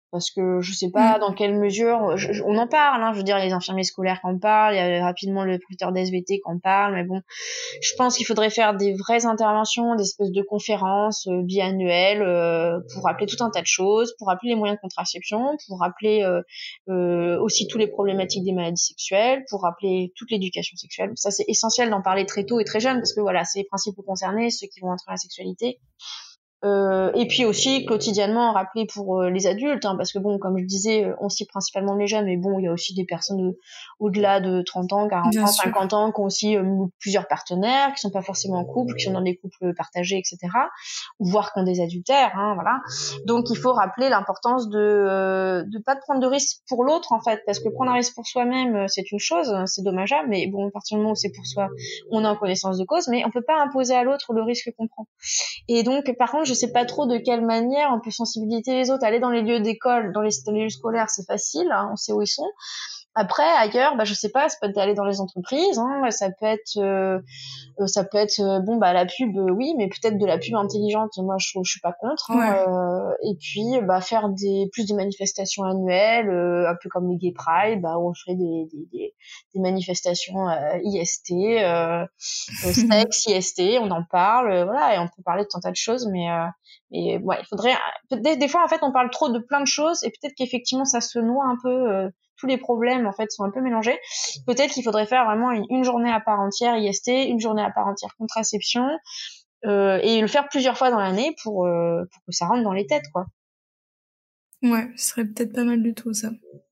parce que je sais pas dans quelle mesure on en parle, hein, je veux dire, il y a les infirmiers scolaires qui en parlent, il y a rapidement le professeur d'SVT qui en parle, mais bon, je pense qu'il faudrait faire des vraies interventions, des espèces de conférences biannuelles pour rappeler tout un tas de choses, pour rappeler les moyens de contraception, pour rappeler aussi tous les problématiques des maladies sexuelles, pour rappeler toute l'éducation sexuelle. Ça, c'est essentiel d'en parler très tôt et très jeune, parce que voilà, c'est les principaux concernés, ceux qui vont entrer dans la sexualité. Et puis aussi quotidiennement rappeler pour les adultes, hein, parce que bon, comme je disais, on cible principalement les jeunes, mais bon, il y a aussi des personnes au-delà de 30 ans, 40 Bien ans, sûr. 50 ans, qui ont aussi plusieurs partenaires, qui sont pas forcément en couple, qui sont dans des couples partagés, etc., ou voire qui ont des adultères, hein, voilà. Donc il faut rappeler l'importance de pas de prendre de risques pour l'autre, en fait, parce que prendre un risque pour soi-même, c'est une chose, c'est dommageable, mais bon, à partir du moment où c'est pour soi, on est en connaissance de cause, mais on peut pas imposer à l'autre le risque qu'on prend. Et donc, par contre, je sais pas trop de quelle manière on peut sensibiliser les autres. Aller dans les lieux d'école, dans les lieux scolaires, c'est facile, hein, on sait où ils sont. Après, ailleurs, je sais pas, ça peut être aller dans les entreprises, hein, ça peut être bon, la pub, oui, mais peut-être de la pub intelligente. Moi, je suis pas contre. Hein, et puis, faire plus de manifestations annuelles, un peu comme les Gay Pride, où on ferait des manifestations IST, sexe, IST, on en parle, voilà, et on peut parler de tant de choses, mais ouais, il faudrait. Des fois, en fait, on parle trop de plein de choses, et peut-être qu'effectivement, ça se noie un peu. Tous les problèmes en fait sont un peu mélangés. Peut-être qu'il faudrait faire vraiment une journée à part entière IST, une journée à part entière contraception, et le faire plusieurs fois dans l'année pour que ça rentre dans les têtes, quoi. Ouais, ce serait peut-être pas mal du tout ça.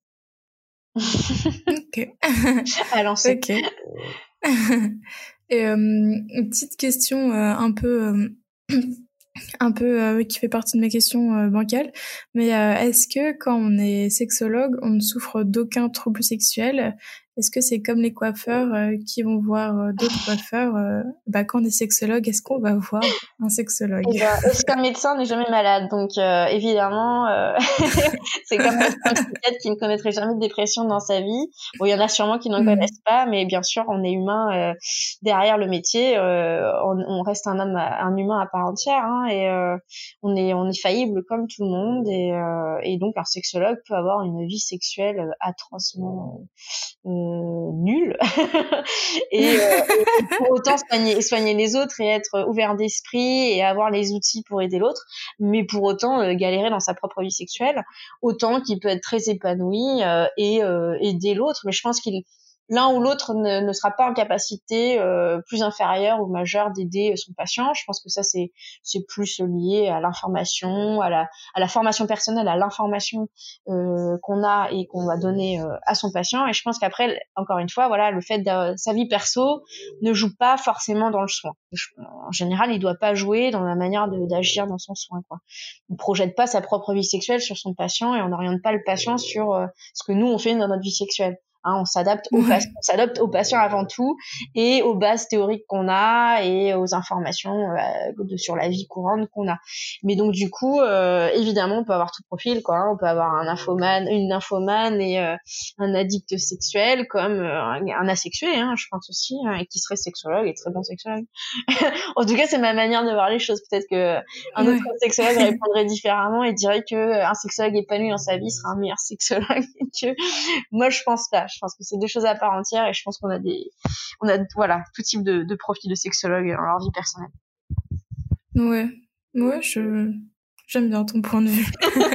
Ok. À lancer. Ok. Et une petite question un peu qui fait partie de mes questions bancales, mais est-ce que quand on est sexologue, on ne souffre d'aucun trouble sexuel? Est-ce que c'est comme les coiffeurs qui vont voir d'autres coiffeurs quand on est sexologue, est-ce qu'on va voir un sexologue? Est-ce qu'un médecin n'est jamais malade? Donc évidemment, c'est comme un psychiatre qui ne connaîtrait jamais de dépression dans sa vie. Bon, il y en a sûrement qui n'en connaissent pas, mais bien sûr, on est humain derrière le métier. On reste un humain à part entière, hein, et on est faillible comme tout le monde. Et donc un sexologue peut avoir une vie sexuelle atrocement nulle et pour autant soigner les autres et être ouvert d'esprit et avoir les outils pour aider l'autre, mais pour autant galérer dans sa propre vie sexuelle, autant qu'il peut être très épanoui et aider l'autre. Mais je pense qu'il l'un ou l'autre ne sera pas en capacité plus inférieure ou majeure d'aider son patient. Je pense que ça c'est plus lié à l'information, à la formation personnelle, à l'information qu'on a et qu'on va donner à son patient. Et je pense qu'après, encore une fois, voilà, le fait de sa vie perso ne joue pas forcément dans le soin. En général, il doit pas jouer dans la manière d'agir dans son soin, quoi. On projette pas sa propre vie sexuelle sur son patient et on n'oriente pas le patient sur ce que nous on fait dans notre vie sexuelle. Hein, on s'adapte au patient avant tout et aux bases théoriques qu'on a et aux informations sur la vie courante qu'on a. Mais donc du coup, évidemment, on peut avoir tout profil, quoi. Hein. On peut avoir une nymphomane et un addict sexuel, comme un asexué, hein, je pense aussi, hein, et qui serait sexologue et très bon sexologue. En tout cas, c'est ma manière de voir les choses. Peut-être que un autre sexologue répondrait différemment et dirait que un sexologue épanoui dans sa vie sera un meilleur sexologue que moi. Je pense pas. Je pense que c'est deux choses à part entière et je pense qu'on a voilà, tout type de profil de sexologue dans leur vie personnelle. Ouais, j'aime bien ton point de vue.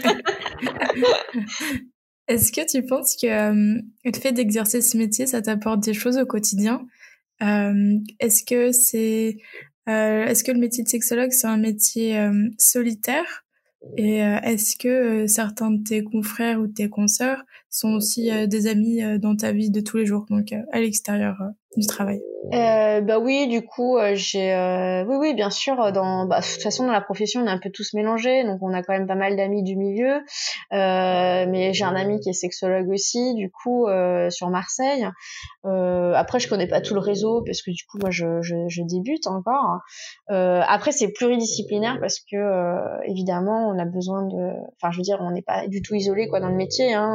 Est-ce que tu penses que le fait d'exercer ce métier, ça t'apporte des choses au quotidien? Est-ce que le métier de sexologue, c'est un métier solitaire? Et est-ce que certains de tes confrères ou de tes consoeurs sont aussi des amis dans ta vie de tous les jours, donc à l'extérieur du travail? Oui, du coup, oui, bien sûr. De toute façon, dans la profession, on est un peu tous mélangés, donc on a quand même pas mal d'amis du milieu. Mais j'ai un ami qui est sexologue aussi, du coup, sur Marseille. Après, je connais pas tout le réseau parce que du coup, moi, je débute encore. Après, c'est pluridisciplinaire parce que évidemment, on a besoin de. Enfin, je veux dire, on n'est pas du tout isolé, quoi, dans le métier. Hein.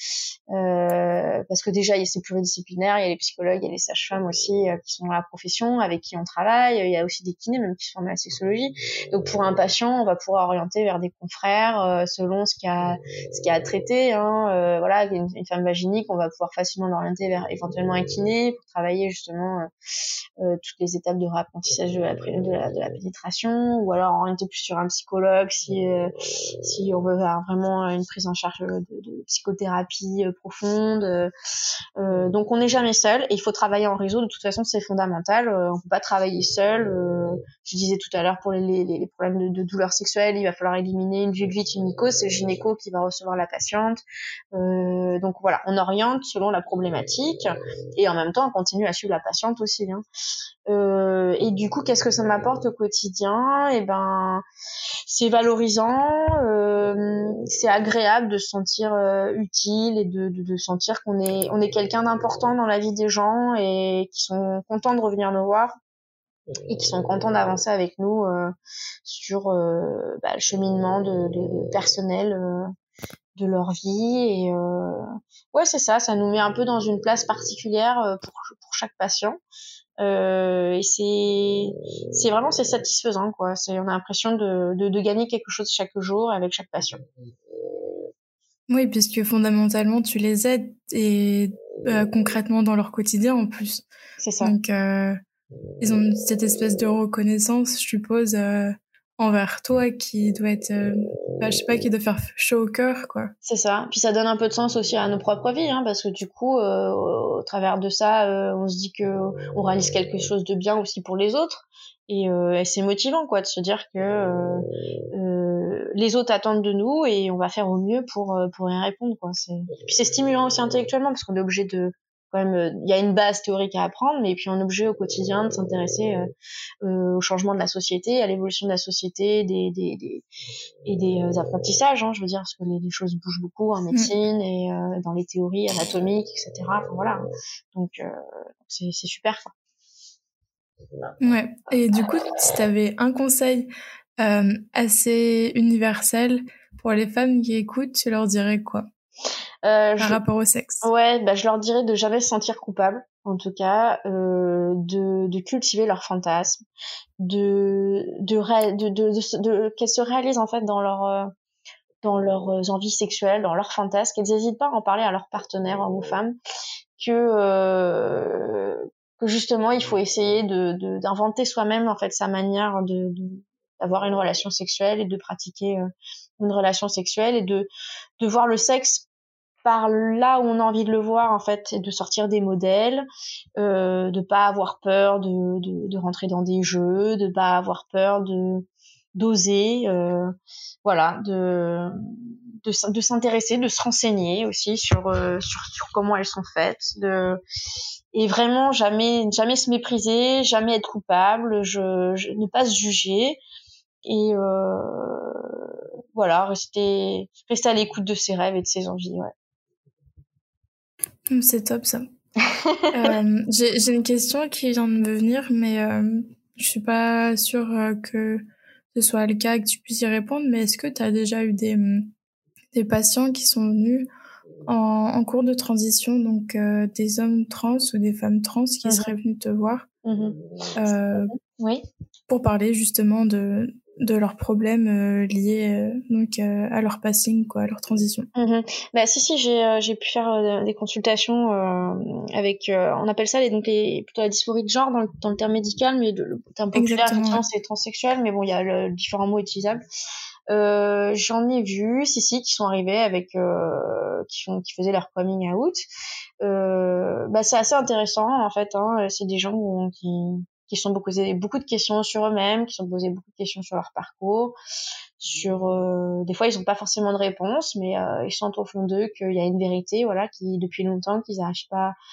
parce que déjà c'est pluridisciplinaire, il y a les psychologues, il y a les sages-femmes aussi qui sont dans la profession, avec qui on travaille, il y a aussi des kinés même qui se forment à la sexologie. Donc pour un patient, on va pouvoir orienter vers des confrères selon ce qu'il y a à traiter, hein. Voilà, une femme vaginique, on va pouvoir facilement l'orienter vers éventuellement un kiné pour travailler justement toutes les étapes de réapprentissage de la pénétration, ou alors orienter plus sur un psychologue si on veut vraiment une prise en charge de psychothérapie profonde. Donc on n'est jamais seul et il faut travailler en réseau. De toute façon, c'est fondamental. On peut pas travailler seul. Je disais tout à l'heure pour les problèmes de douleurs sexuelles, il va falloir éliminer une vulvite, une mycose. C'est le gynéco qui va recevoir la patiente. Donc voilà, on oriente selon la problématique et en même temps on continue à suivre la patiente aussi, hein. Et du coup, qu'est-ce que ça m'apporte au quotidien? Eh ben, c'est valorisant, c'est agréable de se sentir utile et de sentir qu'on est quelqu'un d'important dans la vie des gens et qui sont contents de revenir nous voir et qui sont contents d'avancer avec nous sur le cheminement de personnel de leur vie. Et ouais, c'est ça nous met un peu dans une place particulière pour chaque patient. Et c'est vraiment satisfaisant, quoi. On a l'impression de gagner quelque chose chaque jour avec chaque patient. Oui, puisque fondamentalement tu les aides et concrètement dans leur quotidien en plus. C'est ça. Donc ils ont cette espèce de reconnaissance, je suppose, envers toi qui doit être, je sais pas, qui doit faire chaud au cœur, quoi. C'est ça. Puis ça donne un peu de sens aussi à nos propres vies, hein, parce que du coup, au travers de ça, on se dit que on réalise quelque chose de bien aussi pour les autres. Et c'est motivant, quoi, de se dire que les autres attendent de nous et on va faire au mieux pour y répondre, quoi. Puis c'est stimulant aussi intellectuellement parce qu'on est obligé de quand même, il y a une base théorique à apprendre, mais puis on est obligé au quotidien de s'intéresser au changement de la société, à l'évolution de la société, des apprentissages, hein, je veux dire, parce que les choses bougent beaucoup en médecine et dans les théories anatomiques, etc. Enfin, voilà. Donc c'est super, quoi. Ouais. Et du coup, si t'avais un conseil assez universel pour les femmes qui écoutent, tu leur dirais quoi par rapport au sexe? Ouais, je leur dirais de jamais se sentir coupable, en tout cas, de cultiver leurs fantasmes, qu'elles se réalisent en fait dans leurs envies sexuelles, dans leurs fantasmes, qu'elles n'hésitent pas à en parler à leur partenaire, homme ou femme, que justement il faut essayer d'inventer soi-même en fait sa manière d'avoir une relation sexuelle et de pratiquer une relation sexuelle et de voir le sexe par là où on a envie de le voir en fait, et de sortir des modèles, de pas avoir peur de rentrer dans des jeux, de pas avoir peur d'oser, voilà, de s'intéresser, de se renseigner aussi sur comment elles sont faites, et vraiment jamais se mépriser, jamais être coupable, ne pas se juger, et voilà, rester à l'écoute de ses rêves et de ses envies, ouais. C'est top, ça. J'ai une question qui vient de me venir, mais je suis pas sûre que ce soit le cas, que tu puisses y répondre, mais est-ce que tu as déjà eu des patients qui sont venus en cours de transition, donc des hommes trans ou des femmes trans qui seraient venus te voir Oui. pour parler justement de leurs problèmes liés donc à leur passing, quoi, à leur transition. Si, j'ai pu faire des consultations avec on appelle ça plutôt la dysphorie de genre dans le terme médical, mais le terme populaire effectivement c'est transsexuel, mais bon il y a différents mots utilisables. J'en ai vu qui sont arrivés avec qui faisaient leur coming out. C'est assez intéressant en fait, hein. C'est des gens qui sont posés beaucoup de questions sur eux-mêmes, qui sont posés beaucoup de questions sur leur parcours, des fois ils n'ont pas forcément de réponse, mais ils sentent au fond d'eux qu'il y a une vérité, voilà, qui depuis longtemps qu'ils n'arrivent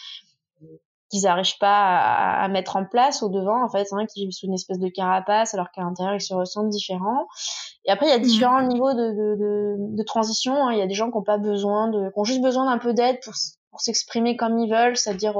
pas à mettre en place au devant, en fait, qui vivent sous une espèce de carapace alors qu'à l'intérieur ils se ressentent différents. Et après il y a différents niveaux de transition, hein. Il y a des gens qui ont juste besoin d'un peu d'aide pour s'exprimer comme ils veulent, c'est-à-dire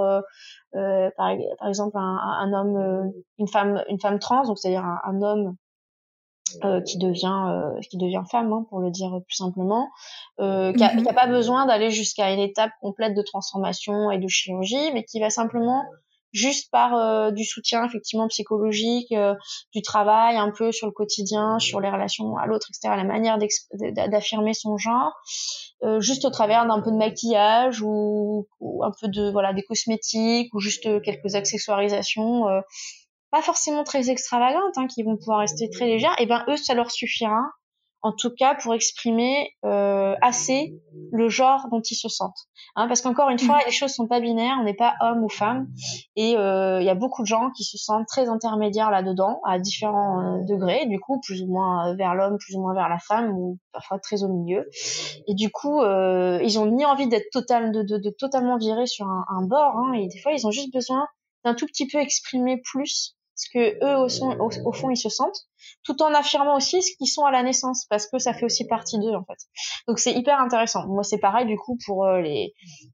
par exemple un homme, une femme trans, donc c'est-à-dire un homme qui devient femme, hein, pour le dire plus simplement, qui a pas besoin d'aller jusqu'à une étape complète de transformation et de chirurgie, mais qui va simplement juste par du soutien effectivement psychologique, du travail un peu sur le quotidien, sur les relations à l'autre, etc., la manière d'affirmer son genre, juste au travers d'un peu de maquillage ou un peu de des cosmétiques ou juste quelques accessoirisations, pas forcément très extravagantes, hein, qui vont pouvoir rester très légères, et ben eux ça leur suffira, en tout cas pour exprimer assez le genre dont ils se sentent, hein, parce qu'encore une fois les choses sont pas binaires, on n'est pas homme ou femme, et il y a beaucoup de gens qui se sentent très intermédiaires là-dedans à différents degrés, du coup plus ou moins vers l'homme, plus ou moins vers la femme, ou parfois très au milieu, et du coup ils ont ni envie d'être de totalement virés sur un bord, hein, et des fois ils ont juste besoin d'un tout petit peu exprimer plus ce que eux au fond ils se sentent, tout en affirmant aussi ce qu'ils sont à la naissance, parce que ça fait aussi partie d'eux en fait. Donc c'est hyper intéressant. Moi c'est pareil du coup pour les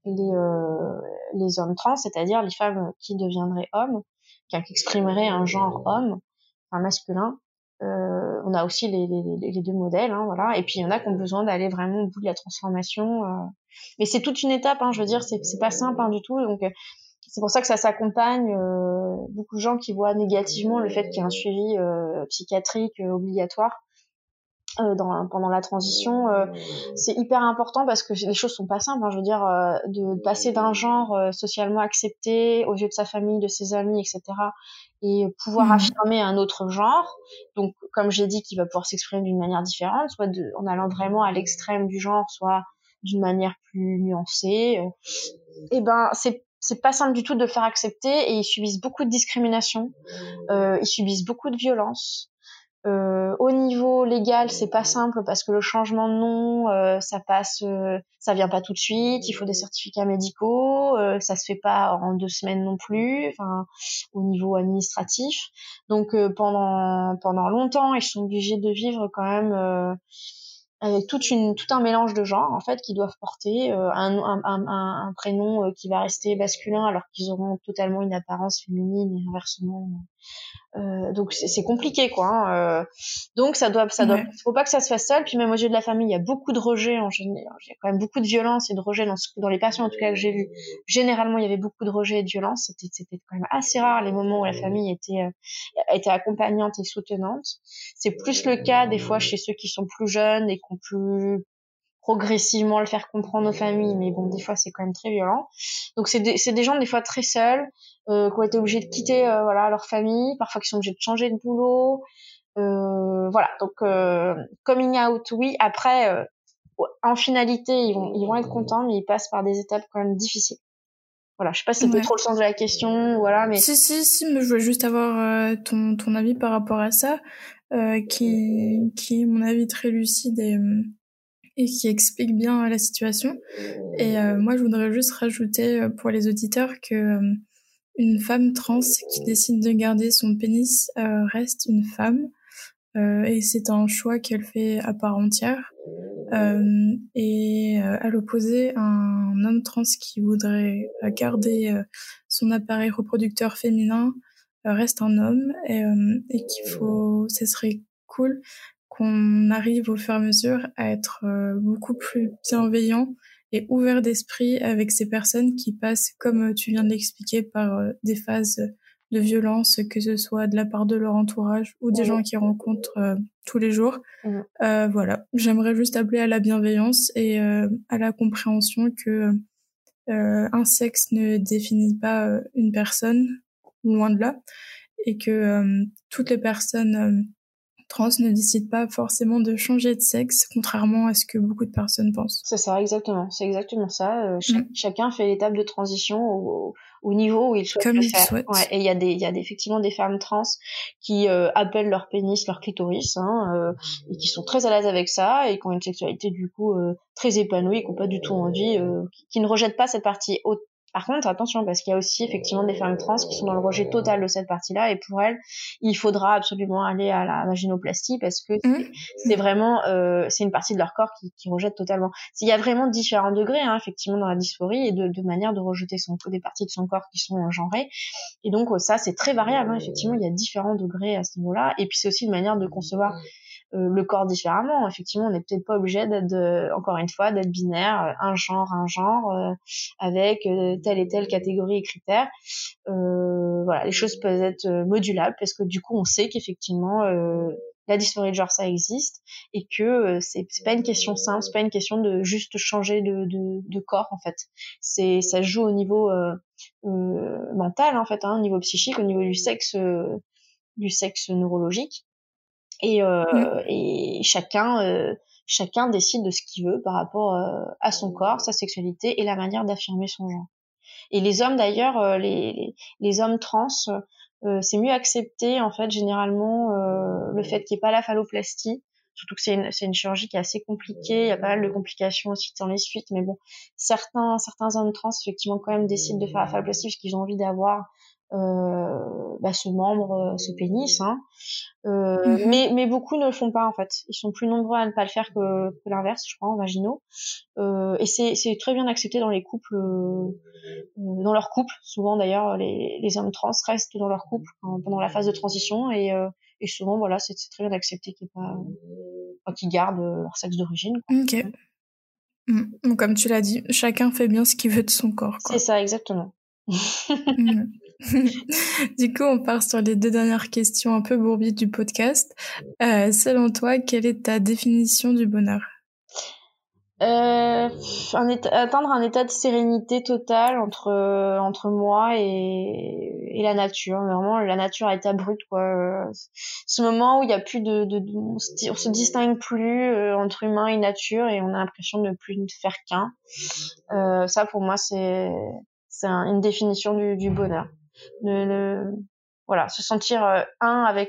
hommes trans, c'est-à-dire les femmes qui deviendraient hommes, qui exprimeraient un genre homme, enfin masculin. On a aussi les deux modèles, hein, voilà. Et puis il y en a qui ont besoin d'aller vraiment au bout de la transformation. Mais c'est toute une étape, hein, je veux dire, c'est pas simple, hein, du tout. Donc c'est pour ça que ça s'accompagne, beaucoup de gens qui voient négativement le fait qu'il y ait un suivi psychiatrique obligatoire pendant la transition. C'est hyper important parce que les choses sont pas simples, hein, je veux dire, de passer d'un genre socialement accepté aux yeux de sa famille, de ses amis, etc., et pouvoir affirmer un autre genre, donc comme j'ai dit, qui va pouvoir s'exprimer d'une manière différente, soit en allant vraiment à l'extrême du genre, soit d'une manière plus nuancée, et ben c'est pas simple du tout de le faire accepter, et ils subissent beaucoup de discrimination, ils subissent beaucoup de violence. Au niveau légal, c'est pas simple parce que le changement de nom, ça vient pas tout de suite. Il faut des certificats médicaux, ça se fait pas en 2 semaines non plus. Enfin, au niveau administratif. Donc pendant longtemps, ils sont obligés de vivre quand même avec tout un mélange de genres en fait, qui doivent porter un prénom qui va rester masculin alors qu'ils auront totalement une apparence féminine, et inversement. Donc c'est compliqué quoi, hein. Donc faut pas que ça se fasse seul. Puis même aux yeux de la famille, il y a beaucoup de rejet en général. Il y a quand même beaucoup de violence et de rejet dans les patients en tout cas que j'ai vus. Généralement, il y avait beaucoup de rejet et de violence. C'était quand même assez rare les moments où la famille était accompagnante et soutenante. C'est plus le cas des fois chez ceux qui sont plus jeunes et qui ont pu progressivement le faire comprendre aux familles, mais bon, des fois c'est quand même très violent. Donc c'est des gens des fois très seuls, qui ont été obligés de quitter leur famille, parfois qui sont obligés de changer de boulot, voilà. Donc coming out, oui. Après, en finalité, ils vont être contents, mais ils passent par des étapes quand même difficiles. Voilà, je sais pas si c'était trop le sens de la question, voilà, mais si, mais je voulais juste avoir ton avis par rapport à ça, qui est mon avis très lucide et qui explique bien la situation. Et moi, je voudrais juste rajouter pour les auditeurs que une femme trans qui décide de garder son pénis reste une femme, et c'est un choix qu'elle fait à part entière. Et à l'opposé, un homme trans qui voudrait garder son appareil reproducteur féminin reste un homme, et ce serait cool qu'on arrive au fur et à mesure à être beaucoup plus bienveillant et ouvert d'esprit avec ces personnes qui passent, comme tu viens de l'expliquer, par des phases de violence, que ce soit de la part de leur entourage ou des gens qu'ils rencontrent tous les jours. Voilà, j'aimerais juste appeler à la bienveillance et à la compréhension que un sexe ne définit pas une personne, loin de là, et que toutes les personnes trans ne décident pas forcément de changer de sexe, contrairement à ce que beaucoup de personnes pensent. C'est ça, exactement. C'est exactement ça. Chacun fait l'étape de transition au niveau où il souhaite le faire. Ouais, et il y a effectivement des femmes trans qui appellent leur pénis leur clitoris, hein, et qui sont très à l'aise avec ça, et qui ont une sexualité du coup très épanouie, qui n'ont pas du tout envie, qui ne rejettent pas cette partie haute. Par contre, attention, parce qu'il y a aussi effectivement des femmes trans qui sont dans le rejet total de cette partie-là, et pour elles, il faudra absolument aller à la vaginoplastie parce que c'est vraiment c'est une partie de leur corps qui rejette totalement. Il y a vraiment différents degrés, hein, effectivement, dans la dysphorie et de manière de rejeter des parties de son corps qui sont genrées. Et donc ça, c'est très variable, hein, effectivement, il y a différents degrés à ce niveau-là. Et puis c'est aussi une manière de concevoir le corps différemment. Effectivement, on n'est peut-être pas obligé d'être, encore une fois, d'être binaire, un genre, avec telle et telle catégorie et critères. Voilà, les choses peuvent être modulables parce que du coup, on sait qu'effectivement, la dysphorie de genre, ça existe et que c'est pas une question simple, c'est pas une question de juste changer de corps en fait. Ça joue au niveau mental en fait, au niveau psychique, au niveau du sexe neurologique et chacun décide de ce qu'il veut par rapport à son corps, sa sexualité et la manière d'affirmer son genre. Et les hommes d'ailleurs, les hommes trans, c'est mieux accepté en fait généralement le fait qu'il n'y ait pas la phalloplastie, surtout que c'est une chirurgie qui est assez compliquée, il y a pas mal de complications aussi dans les suites, mais bon, certains hommes trans effectivement quand même décident de faire la phalloplastie parce qu'ils ont envie d'avoir ce membre, ce pénis, hein. Mais beaucoup ne le font pas en fait. Ils sont plus nombreux à ne pas le faire que l'inverse, je crois, en vaginaux. Et c'est très bien accepté dans les couples, dans leur couple. Souvent d'ailleurs, les hommes trans restent dans leur couple pendant la phase de transition et souvent voilà, c'est très bien accepté qu'ils gardent leur sexe d'origine, quoi. Ok. Donc, comme tu l'as dit, chacun fait bien ce qu'il veut de son corps, quoi. C'est ça, exactement. Du coup, on part sur les 2 dernières questions un peu bourbies du podcast. Selon toi, quelle est ta définition du bonheur ? Atteindre un état de sérénité totale entre moi et la nature. Vraiment, la nature à état brut, quoi. Ce moment où il y a plus on se distingue plus entre humain et nature et on a l'impression de ne plus faire qu'un. Ça, pour moi, c'est une définition du bonheur. Voilà, se sentir un avec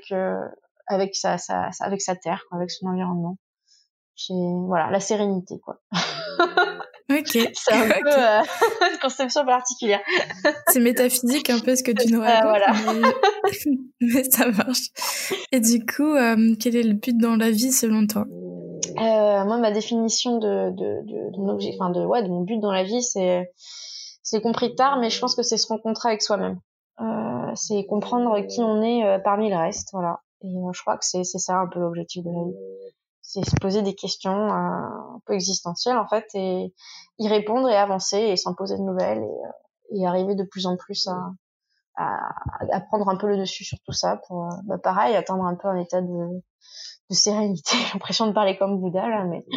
sa terre, quoi, avec son environnement. Voilà, la sérénité, quoi. Ok. C'est un peu une conception particulière. C'est métaphysique un peu ce que tu nous racontes, voilà. mais ça marche. Et du coup, quel est le but dans la vie selon toi ? Moi, ma définition de mon but dans la vie, c'est compris tard, mais je pense que c'est se rencontrer avec soi-même. C'est comprendre qui on est parmi le reste, voilà. Et je crois que c'est ça un peu l'objectif de la vie. C'est se poser des questions un peu existentielles en fait et y répondre et avancer et s'en poser de nouvelles et arriver de plus en plus à prendre un peu le dessus sur tout ça pour pareil atteindre un peu un état de sérénité. J'ai l'impression de parler comme Bouddha là, mais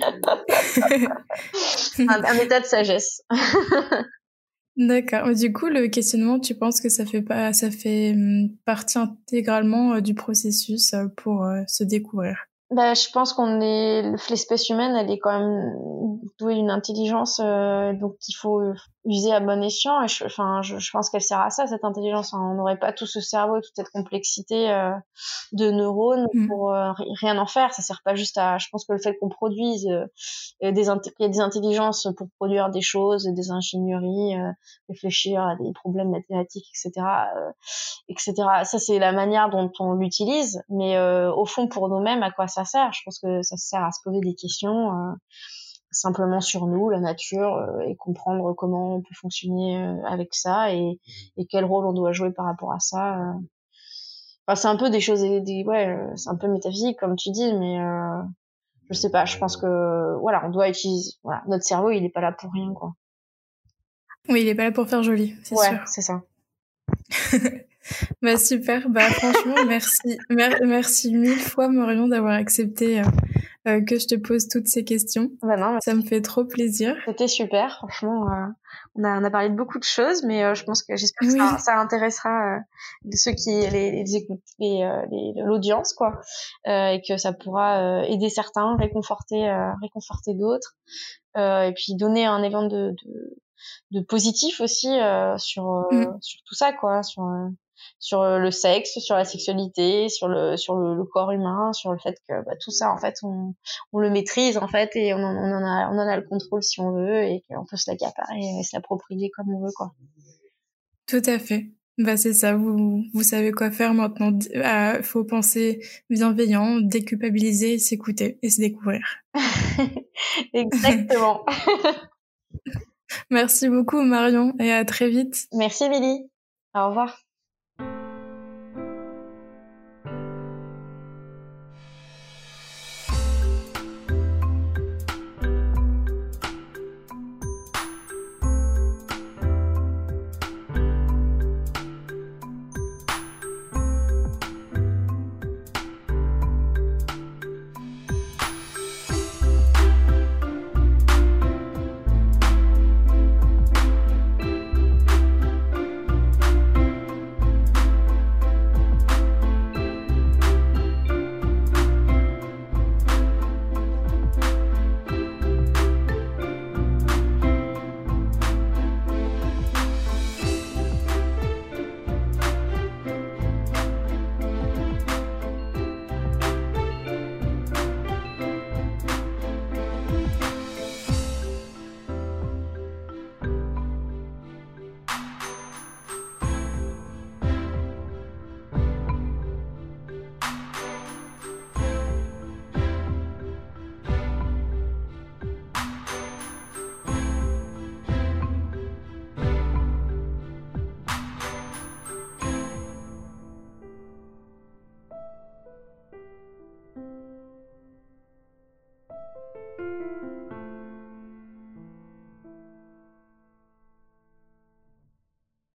un état de sagesse. D'accord. Mais du coup, le questionnement, tu penses que ça fait partie intégralement du processus pour se découvrir ? Je pense l'espèce humaine, elle est quand même douée d'une intelligence, donc il faut user à bon escient. Et je pense qu'elle sert à ça, cette intelligence. On n'aurait pas tout ce cerveau et toute cette complexité de neurones pour rien en faire. Ça sert pas juste à. Je pense que le fait qu'on produise il y a des intelligences pour produire des choses, des ingénieries, réfléchir à des problèmes mathématiques, etc. Ça, c'est la manière dont on l'utilise. Mais au fond, pour nous-mêmes, à quoi ça sert ? Je pense que ça sert à se poser des questions simplement sur nous, la nature, et comprendre comment on peut fonctionner avec ça et quel rôle on doit jouer par rapport à ça. C'est un peu des choses, c'est un peu métaphysique comme tu dis, mais je sais pas. Je pense que voilà, on doit utiliser. Voilà, notre cerveau, il est pas là pour rien, quoi. Oui, il est pas là pour faire joli, c'est sûr. Ouais, c'est ça. Super, franchement, merci 1000 fois Marion d'avoir accepté que je te pose toutes ces questions. Non, ça me fait trop plaisir. C'était super, franchement. On a parlé de beaucoup de choses, mais j'espère que ça intéressera ceux qui les écoutent, l'audience, quoi, et que ça pourra aider certains, réconforter d'autres, et puis donner un élan de positif aussi sur tout ça, quoi, sur le sexe, sur la sexualité, sur le corps humain, sur le fait que tout ça en fait on le maîtrise en fait et on en a le contrôle si on veut et qu'on peut se l'accaparer et se l'approprier comme on veut, quoi. Tout à fait. C'est ça, vous savez quoi faire maintenant. Faut penser bienveillant, déculpabiliser, s'écouter et se découvrir. Exactement. Merci beaucoup Marion et à très vite. Merci Lily. Au revoir.